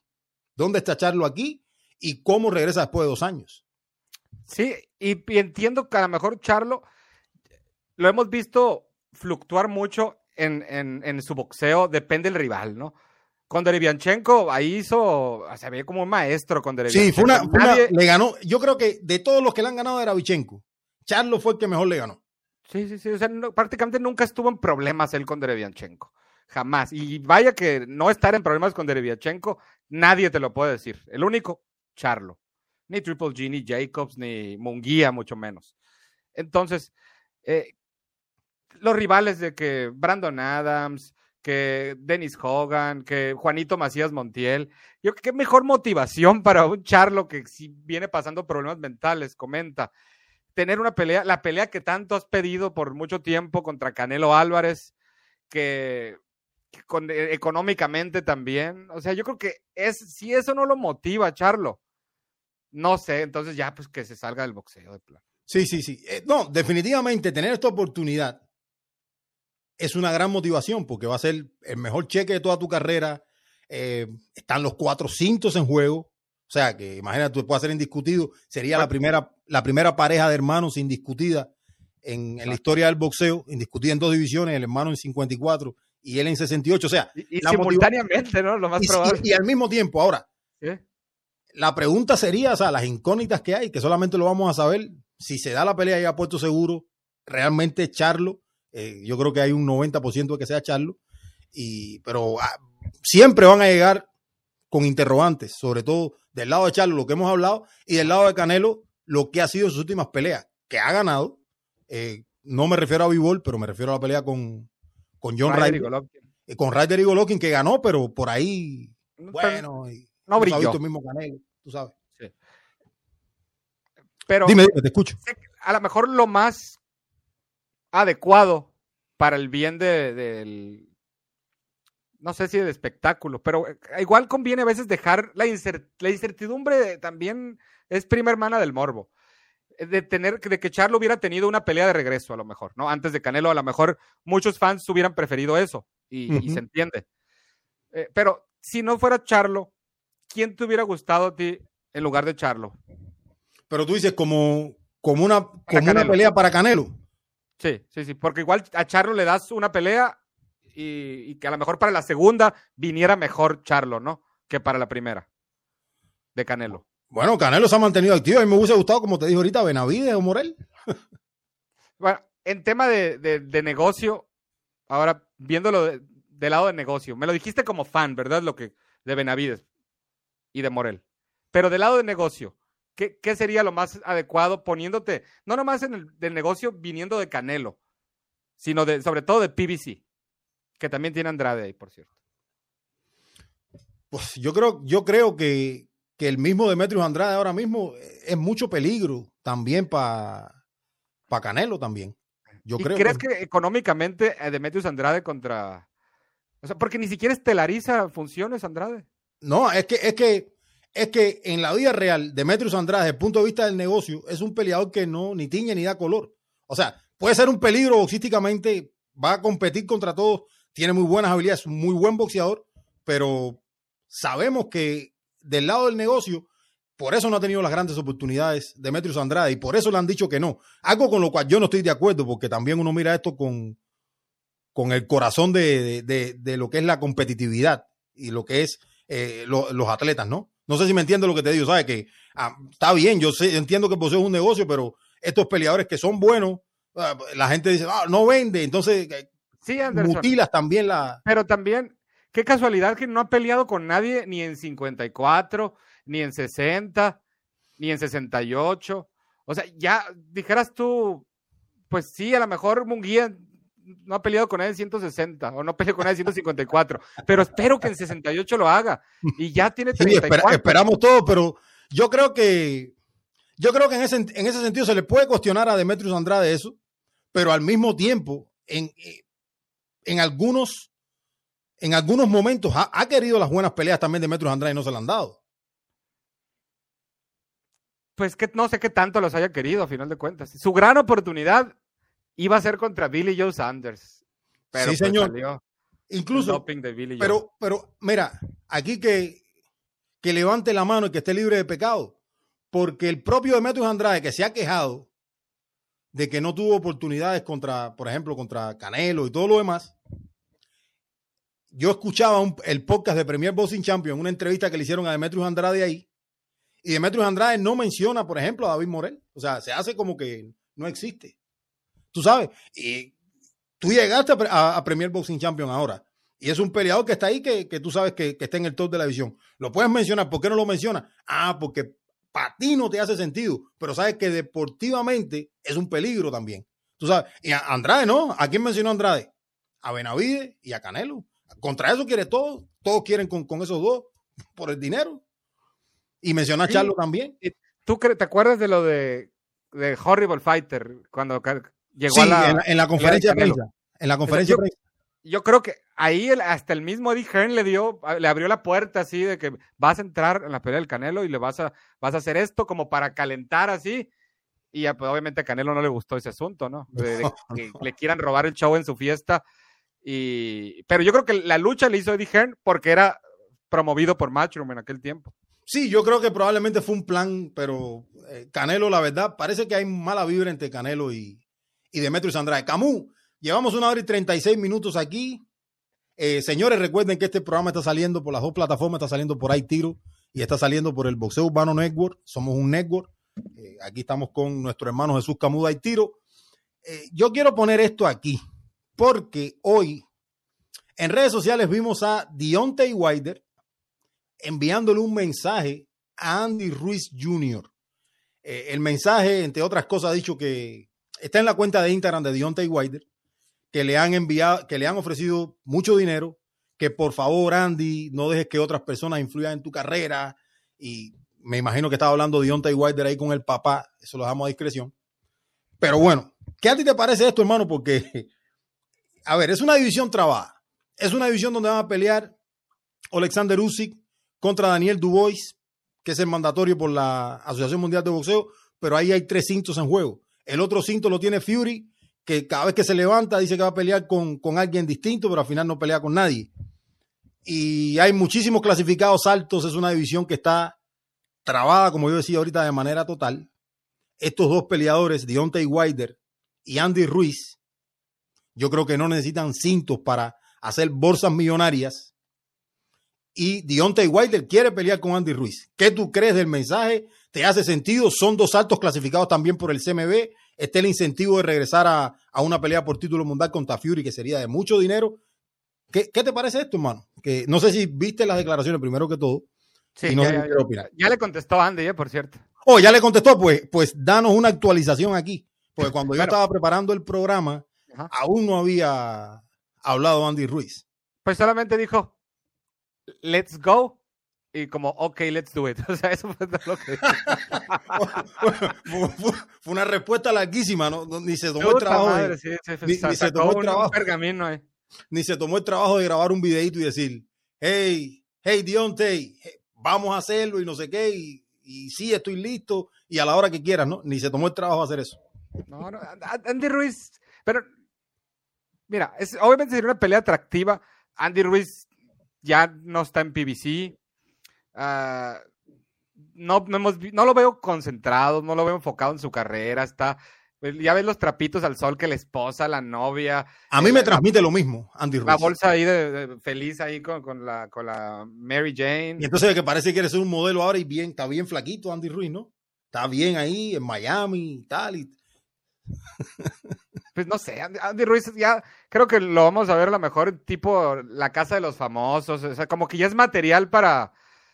y cómo regresa después de 2 años. Sí, y entiendo que a lo mejor Charlo lo hemos visto fluctuar mucho en su boxeo, depende del rival, ¿no? Con Derevianchenko, ahí se ve como un maestro con Derevianchenko. Sí, le ganó. Yo creo que de todos los que le han ganado a Derevianchenko, Charlo fue el que mejor le ganó. Sí, o sea, prácticamente nunca estuvo en problemas él con Derevianchenko, jamás. Y vaya que no estar en problemas con Derevianchenko, nadie te lo puede decir. El único, Charlo. Ni Triple G, ni Jacobs, ni Munguía, mucho menos. Entonces, los rivales de que Brandon Adams, que Dennis Hogan, que Juanito Macías Montiel, yo creo que qué mejor motivación para un Charlo que si viene pasando problemas mentales, comenta, tener una pelea, la pelea que tanto has pedido por mucho tiempo contra Canelo Álvarez, que económicamente también, o sea, yo creo que si eso no lo motiva, Charlo, no sé, entonces ya pues que se salga del boxeo de plano. Sí. No, definitivamente tener esta oportunidad es una gran motivación porque va a ser el mejor cheque de toda tu carrera. Están los 4 cintos en juego. O sea, que imagínate, tú puedes ser indiscutido. Sería la primera pareja de hermanos indiscutida en la historia del boxeo, indiscutida en 2 divisiones, el hermano en 54 y él en 68. O sea, y simultáneamente, ¿no? Lo más probable. Y al mismo tiempo, ahora, la pregunta sería, o sea, las incógnitas que hay, que solamente lo vamos a saber si se da la pelea ya puesto seguro, realmente Charlo. Yo creo que hay un 90% de que sea Charlo, pero siempre van a llegar con interrogantes, sobre todo del lado de Charlo, lo que hemos hablado, y del lado de Canelo, lo que ha sido sus últimas peleas, que ha ganado. No me refiero a Bivol, pero me refiero a la pelea con John Ryder, con Ryder y Golovkin, que ganó, pero por ahí, bueno, no brilló. Ha visto el mismo Canelo, tú sabes. Sí. Pero dime, te escucho. A lo mejor lo más adecuado para el bien del, no sé si del espectáculo, pero igual conviene a veces dejar la incertidumbre. También es prima hermana del morbo. De que Charlo hubiera tenido una pelea de regreso, a lo mejor, ¿no? Antes de Canelo, a lo mejor muchos fans hubieran preferido eso, y se entiende. Pero si no fuera Charlo, ¿quién te hubiera gustado a ti en lugar de Charlo? Pero tú dices como una pelea para Canelo. Sí, porque igual a Charlo le das una pelea y que a lo mejor para la segunda viniera mejor Charlo, ¿no? Que para la primera de Canelo. Bueno, Canelo se ha mantenido activo. A mí me hubiese gustado, como te dije ahorita, Benavides o Morel. Bueno, en tema de negocio, ahora viéndolo del lado de negocio, me lo dijiste como fan, ¿verdad? De Benavides y de Morel. Pero del lado de negocio, ¿qué sería lo más adecuado poniéndote, no nomás en el del negocio viniendo de Canelo, sino sobre todo de PBC, que también tiene Andrade ahí, por cierto? Pues yo creo que el mismo Demetrius Andrade ahora mismo es mucho peligro también para Canelo también. ¿Y crees que económicamente Demetrius Andrade contra... O sea, porque ni siquiera estelariza funciones Andrade? No, es que en la vida real, Demetrius Andrade, desde el punto de vista del negocio, es un peleador que no ni tiñe ni da color. O sea, puede ser un peligro boxísticamente, va a competir contra todos, tiene muy buenas habilidades, es un muy buen boxeador, pero sabemos que del lado del negocio, por eso no ha tenido las grandes oportunidades Demetrius Andrade, y por eso le han dicho que no. Algo con lo cual yo no estoy de acuerdo, porque también uno mira esto con el corazón de lo que es la competitividad y lo que es los atletas, ¿no? No sé si me entiendes lo que te digo, ¿sabes? Que está bien, entiendo que el boxeo es un negocio, pero estos peleadores que son buenos, la gente dice, no vende, entonces sí, Anderson, mutilas también la... Pero también, qué casualidad que no ha peleado con nadie ni en 54, ni en 60, ni en 68. O sea, ya dijeras tú, pues sí, a lo mejor Munguía no ha peleado con nadie en 160 o no peleó con nadie en 154, pero espero que en 68 lo haga y ya tiene 34. Sí, esperamos todo, pero yo creo que en ese sentido se le puede cuestionar a Demetrius Andrade eso, pero al mismo tiempo en algunos momentos ha querido las buenas peleas también Demetrius Andrade y no se le han dado. Pues que no sé qué tanto los haya querido a final de cuentas. Su gran oportunidad iba a ser contra Billy Joe Saunders. Pero sí, señor. Salió incluso el doping de Billy Joe. Pero mira, aquí que levante la mano y que esté libre de pecado, porque el propio Demetrius Andrade, que se ha quejado de que no tuvo oportunidades por ejemplo, contra Canelo y todo lo demás. Yo escuchaba el podcast de Premier Boxing Champion, una entrevista que le hicieron a Demetrius Andrade ahí, y Demetrius Andrade no menciona, por ejemplo, a David Morel. O sea, se hace como que no existe. Tú sabes, y tú llegaste a Premier Boxing Champion ahora, y es un peleador que está ahí, que tú sabes que está en el top de la división. Lo puedes mencionar, ¿por qué no lo mencionas? Porque para ti no te hace sentido, pero sabes que deportivamente es un peligro también. Tú sabes, y a Andrade, ¿no? ¿A quién mencionó Andrade? A Benavides y a Canelo. Contra eso quiere todos quieren con esos dos, por el dinero. Y menciona a Charlo también. ¿Tú te acuerdas de lo de Horrible Fighter cuando llegó sí, en la conferencia de prensa? En la conferencia de prensa. Yo creo que ahí hasta el mismo Eddie Hearn le abrió la puerta así de que vas a entrar en la pelea del Canelo y vas a hacer esto como para calentar así. Y pues, obviamente a Canelo no le gustó ese asunto, ¿no? De que le quieran robar el show en su fiesta. Pero yo creo que la lucha le hizo Eddie Hearn porque era promovido por Matchroom en aquel tiempo. Sí, yo creo que probablemente fue un plan, pero Canelo, la verdad, parece que hay mala vibra entre Canelo y Demetrius Andrade. Camus, llevamos 1 hora y 36 minutos aquí. Señores, recuerden que este programa está saliendo por las dos plataformas, está saliendo por iTiro y está saliendo por el Boxeo Urbano Network. Somos un network. Aquí estamos con nuestro hermano Jesús Camuda y Tiro. Yo quiero poner esto aquí porque hoy en redes sociales vimos a Deontay Wilder enviándole un mensaje a Andy Ruiz Jr. El mensaje, entre otras cosas, ha dicho que está en la cuenta de Instagram de Deontay Wilder, que le han enviado, que le han ofrecido mucho dinero, que por favor, Andy, no dejes que otras personas influyan en tu carrera. Y me imagino que estaba hablando Deontay Wilder ahí con el papá, eso lo dejamos a discreción. Pero bueno, ¿qué a ti te parece esto, hermano? Porque, a ver, es una división trabada. Es una división donde van a pelear Alexander Usyk contra Daniel Dubois, que es el mandatorio por la Asociación Mundial de Boxeo, pero ahí hay 3 cintos en juego. El otro cinto lo tiene Fury, que cada vez que se levanta dice que va a pelear con alguien distinto, pero al final no pelea con nadie. Y hay muchísimos clasificados altos, es una división que está trabada, como yo decía ahorita, de manera total. Estos dos peleadores, Deontay Wilder y Andy Ruiz, yo creo que no necesitan cintos para hacer bolsas millonarias. Y Deontay Wilder quiere pelear con Andy Ruiz. ¿Qué tú crees del mensaje? ¿Te hace sentido? Son 2 altos clasificados también por el CMB. Está el incentivo de regresar a una pelea por título mundial contra Fury, que sería de mucho dinero. ¿Qué te parece esto, hermano? Que no sé si viste las declaraciones primero que todo. Sí, y no sé qué quiero opinar. Ya le contestó Andy, por cierto. Oh, ya le contestó. Pues danos una actualización aquí. Porque cuando yo estaba preparando el programa, aún no había hablado Andy Ruiz. Pues solamente dijo, let's go, y como, ok, let's do it. O sea, eso fue lo que fue una respuesta larguísima, ¿no? Ni se tomó el trabajo. Madre, sí, ni se tomó el trabajo. Un pergamino ahí. Ni se tomó el trabajo de grabar un videito y decir, hey, Deontay, vamos a hacerlo y no sé qué, y sí, estoy listo, y a la hora que quieras, ¿no? Ni se tomó el trabajo de hacer eso. No, Andy Ruiz, pero, mira, obviamente sería una pelea atractiva. Andy Ruiz ya no está en PBC. No lo veo concentrado, no lo veo enfocado en su carrera. Ya ves los trapitos al sol que la esposa, la novia. A mí me transmite lo mismo, Andy Ruiz. La bolsa ahí de feliz ahí con la Mary Jane. Y entonces que parece que quiere ser un modelo ahora y está bien flaquito Andy Ruiz, ¿no? Está bien ahí en Miami y tal. Pues no sé, Andy Ruiz ya creo que lo vamos a ver a lo mejor tipo La Casa de los Famosos, o sea, como que ya es material para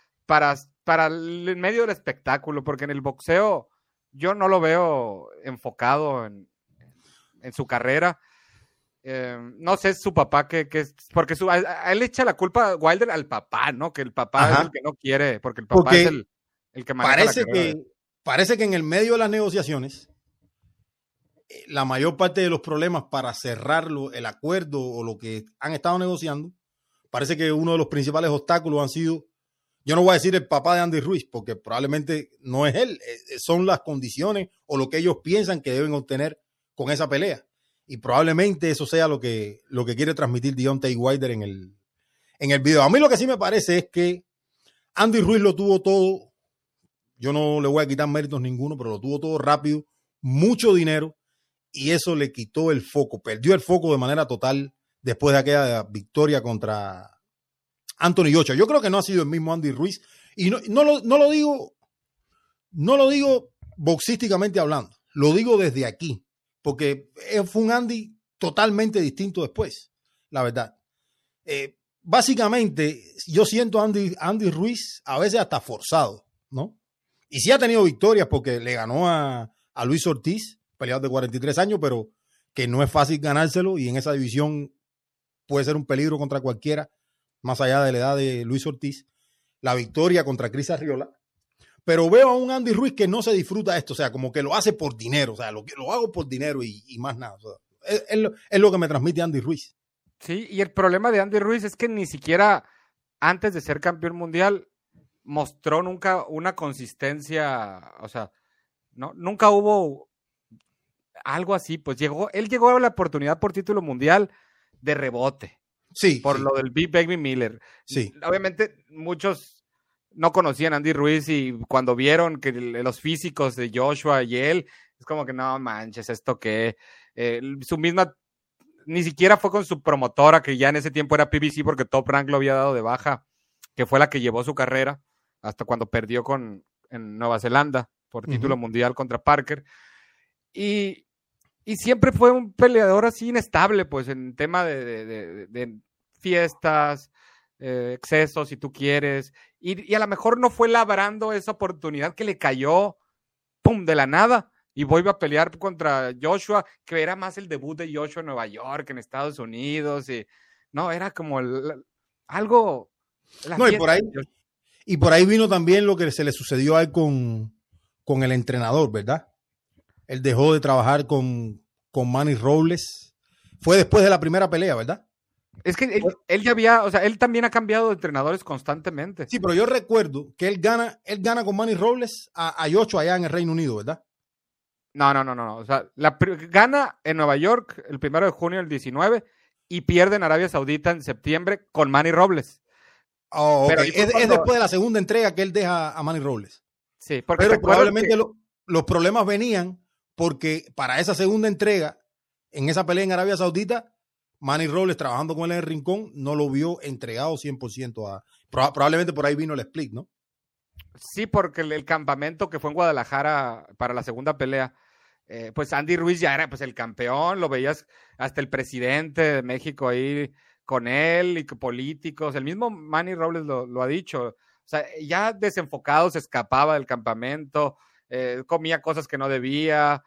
el medio del espectáculo, porque en el boxeo yo no lo veo enfocado en su carrera. No sé, su papá que es, porque a él le echa la culpa a Wilder al papá, ¿no? Que el papá es el que no quiere, porque el papá es el que maneja la carrera. Parece que en el medio de las negociaciones la mayor parte de los problemas para cerrarlo, el acuerdo o lo que han estado negociando, parece que uno de los principales obstáculos han sido, yo no voy a decir el papá de Andy Ruiz, porque probablemente no es él, son las condiciones o lo que ellos piensan que deben obtener con esa pelea. Y probablemente eso sea lo que quiere transmitir Deontay Wilder en el video. A mí lo que sí me parece es que Andy Ruiz lo tuvo todo, yo no le voy a quitar méritos ninguno, pero lo tuvo todo rápido, mucho dinero, y eso le quitó el foco, perdió el foco de manera total después de aquella victoria contra Anthony Joshua. Yo creo que no ha sido el mismo Andy Ruiz, y no lo digo boxísticamente hablando, lo digo desde aquí, porque fue un Andy totalmente distinto después, la verdad. Básicamente, yo siento a Andy Ruiz a veces hasta forzado, ¿no? Y sí ha tenido victorias porque le ganó a Luis Ortiz, peleador de 43 años, pero que no es fácil ganárselo, y en esa división puede ser un peligro contra cualquiera, más allá de la edad de Luis Ortiz. La victoria contra Chris Arriola. Pero veo a un Andy Ruiz que no se disfruta esto, o sea, como que lo hace por dinero, o sea, lo hago por dinero y más nada. O sea, es lo que me transmite Andy Ruiz. Sí, y el problema de Andy Ruiz es que ni siquiera antes de ser campeón mundial mostró nunca una consistencia, o sea, nunca hubo algo así, pues él llegó a la oportunidad por título mundial de rebote. Sí. Por lo del Big Baby Miller. Sí. Obviamente muchos no conocían a Andy Ruiz y cuando vieron que los físicos de Joshua y él, es como que no manches, esto que su misma, ni siquiera fue con su promotora, que ya en ese tiempo era PBC porque Top Rank lo había dado de baja, que fue la que llevó su carrera, hasta cuando perdió en Nueva Zelanda por título mundial contra Parker. Y siempre fue un peleador así inestable, pues en tema de fiestas, excesos, si tú quieres. Y a lo mejor no fue labrando esa oportunidad que le cayó, ¡pum!, de la nada. Y vuelve a pelear contra Joshua, que era más el debut de Joshua en Nueva York, en Estados Unidos. No, era como algo... No, y por ahí vino también lo que se le sucedió a él con el entrenador, ¿verdad? Él dejó de trabajar con Manny Robles. Fue después de la primera pelea, ¿verdad? Es que él ya había, o sea, él también ha cambiado de entrenadores constantemente. Sí, pero yo recuerdo que él gana con Manny Robles a Joshua allá en el Reino Unido, ¿verdad? No. O sea, gana en Nueva York el 1 de junio del 19 y pierde en Arabia Saudita en septiembre con Manny Robles. Oh, okay. Es después de la segunda entrega que él deja a Manny Robles. Sí, porque pero probablemente los problemas venían porque para esa segunda entrega, en esa pelea en Arabia Saudita, Manny Robles, trabajando con él en el rincón, no lo vio entregado 100% probablemente por ahí vino el split, ¿no? Sí, porque el campamento que fue en Guadalajara para la segunda pelea, pues Andy Ruiz ya era pues el campeón, lo veías hasta el presidente de México ahí con él y políticos, el mismo Manny Robles lo ha dicho, o sea, ya desenfocado se escapaba del campamento, comía cosas que no debía,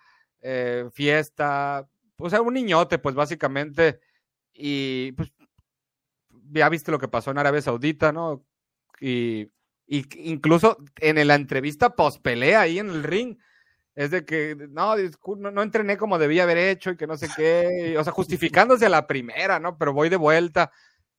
fiesta, o sea, un niñote pues básicamente, y pues ya viste lo que pasó en Arabia Saudita, ¿no? Y incluso en la entrevista post pelea ahí en el ring, es de que no entrené como debía haber hecho y que no sé qué, o sea, justificándose a la primera, ¿no? Pero voy de vuelta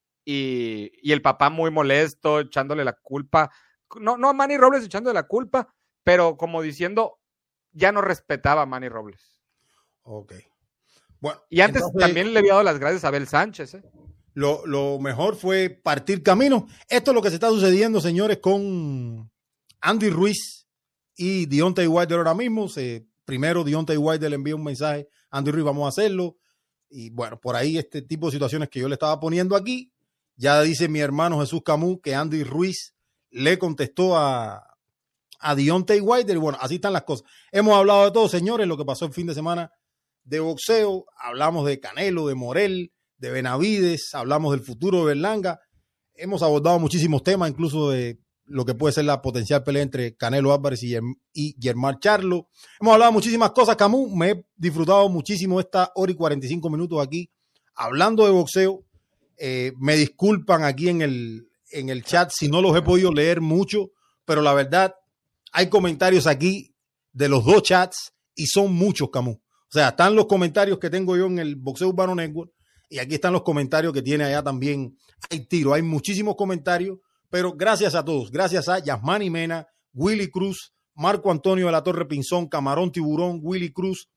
y el papá muy molesto, echándole la culpa, no a Manny Robles echándole la culpa, pero como diciendo, ya no respetaba a Manny Robles. Ok. Bueno, y antes también le había dado las gracias a Abel Sánchez, ¿eh? Lo mejor fue partir camino. Esto es lo que se está sucediendo, señores, con Andy Ruiz y Deontay Wilder ahora mismo. Primero Deontay Wilder le envía un mensaje a Andy Ruiz, vamos a hacerlo. Y bueno, por ahí este tipo de situaciones que yo le estaba poniendo aquí. Ya dice mi hermano Jesús Camus que Andy Ruiz le contestó a Deontay Wilder. Y bueno, así están las cosas. Hemos hablado de todo, señores, lo que pasó el fin de semana de boxeo. Hablamos de Canelo, de Morel, de Benavides, hablamos del futuro de Berlanga, hemos abordado muchísimos temas, incluso de lo que puede ser la potencial pelea entre Canelo Álvarez y Germán Charlo. Hemos hablado muchísimas cosas, Camus, me he disfrutado muchísimo esta hora y 45 minutos aquí hablando de boxeo. Me disculpan aquí en el chat si no los he podido leer mucho, pero la verdad hay comentarios aquí de los dos chats y son muchos, Camus. O sea, están los comentarios que tengo yo en el Boxeo Urbano Network, y aquí están los comentarios que tiene allá también. Hay tiro, hay muchísimos comentarios, pero gracias a todos. Gracias a Yasmani Mena, Willy Cruz, Marco Antonio de la Torre Pinzón, Camarón Tiburón, Willy Cruz,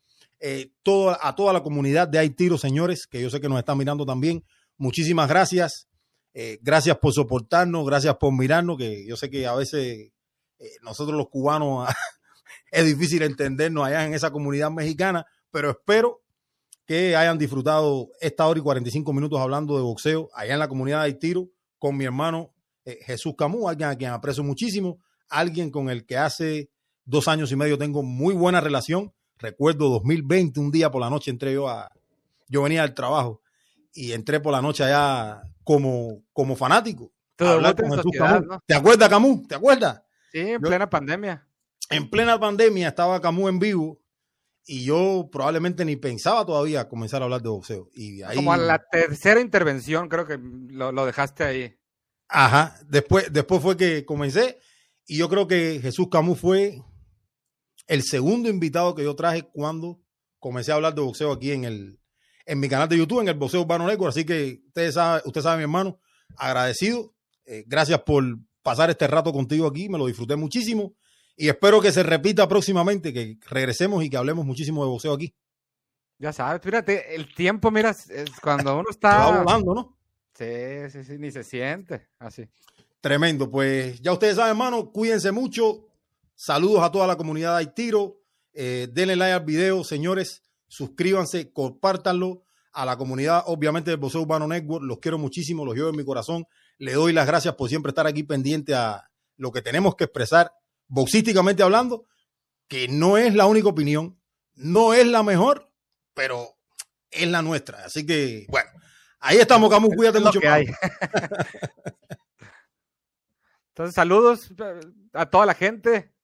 a toda la comunidad de Hay Tiro, señores, que yo sé que nos están mirando también. Muchísimas gracias. Gracias por soportarnos, gracias por mirarnos, que yo sé que a veces nosotros los cubanos es difícil entendernos allá en esa comunidad mexicana, pero espero que hayan disfrutado esta hora y 45 minutos hablando de boxeo allá en la comunidad de Tiro con mi hermano Jesús Camus, alguien a quien aprecio muchísimo, alguien con el que hace 2 años y medio tengo muy buena relación. Recuerdo 2020, un día por la noche yo venía del trabajo y entré por la noche allá como fanático. Todo con Jesús Camus, ¿no? ¿Te acuerdas, Camus? ¿Te acuerdas? Sí, en plena pandemia. En plena pandemia estaba Camus en vivo. Y yo probablemente ni pensaba todavía comenzar a hablar de boxeo. Y ahí, como a la tercera intervención creo que lo dejaste ahí. Ajá, después fue que comencé y yo creo que Jesús Camus fue el segundo invitado que yo traje cuando comencé a hablar de boxeo aquí en mi canal de YouTube, en el Boxeo Urbano Network. Así que usted sabe, mi hermano, agradecido. Gracias por pasar este rato contigo aquí, me lo disfruté muchísimo. Y espero que se repita próximamente, que regresemos y que hablemos muchísimo de boxeo aquí. Ya sabes, fíjate, el tiempo, mira, es cuando uno está... Se va volando, ¿no? Sí, ni se siente así. Tremendo, pues ya ustedes saben, hermano, cuídense mucho. Saludos a toda la comunidad de Hay Tiro. Denle like al video, señores. Suscríbanse, compártanlo a la comunidad, obviamente, del Boxeo Urbano Network. Los quiero muchísimo, los llevo en mi corazón. Le doy las gracias por siempre estar aquí pendiente a lo que tenemos que expresar, boxísticamente hablando, que no es la única opinión, no es la mejor, pero es la nuestra. Así que, bueno, ahí estamos, Camus, cuídate Es lo mucho. que hay. Entonces, saludos a toda la gente.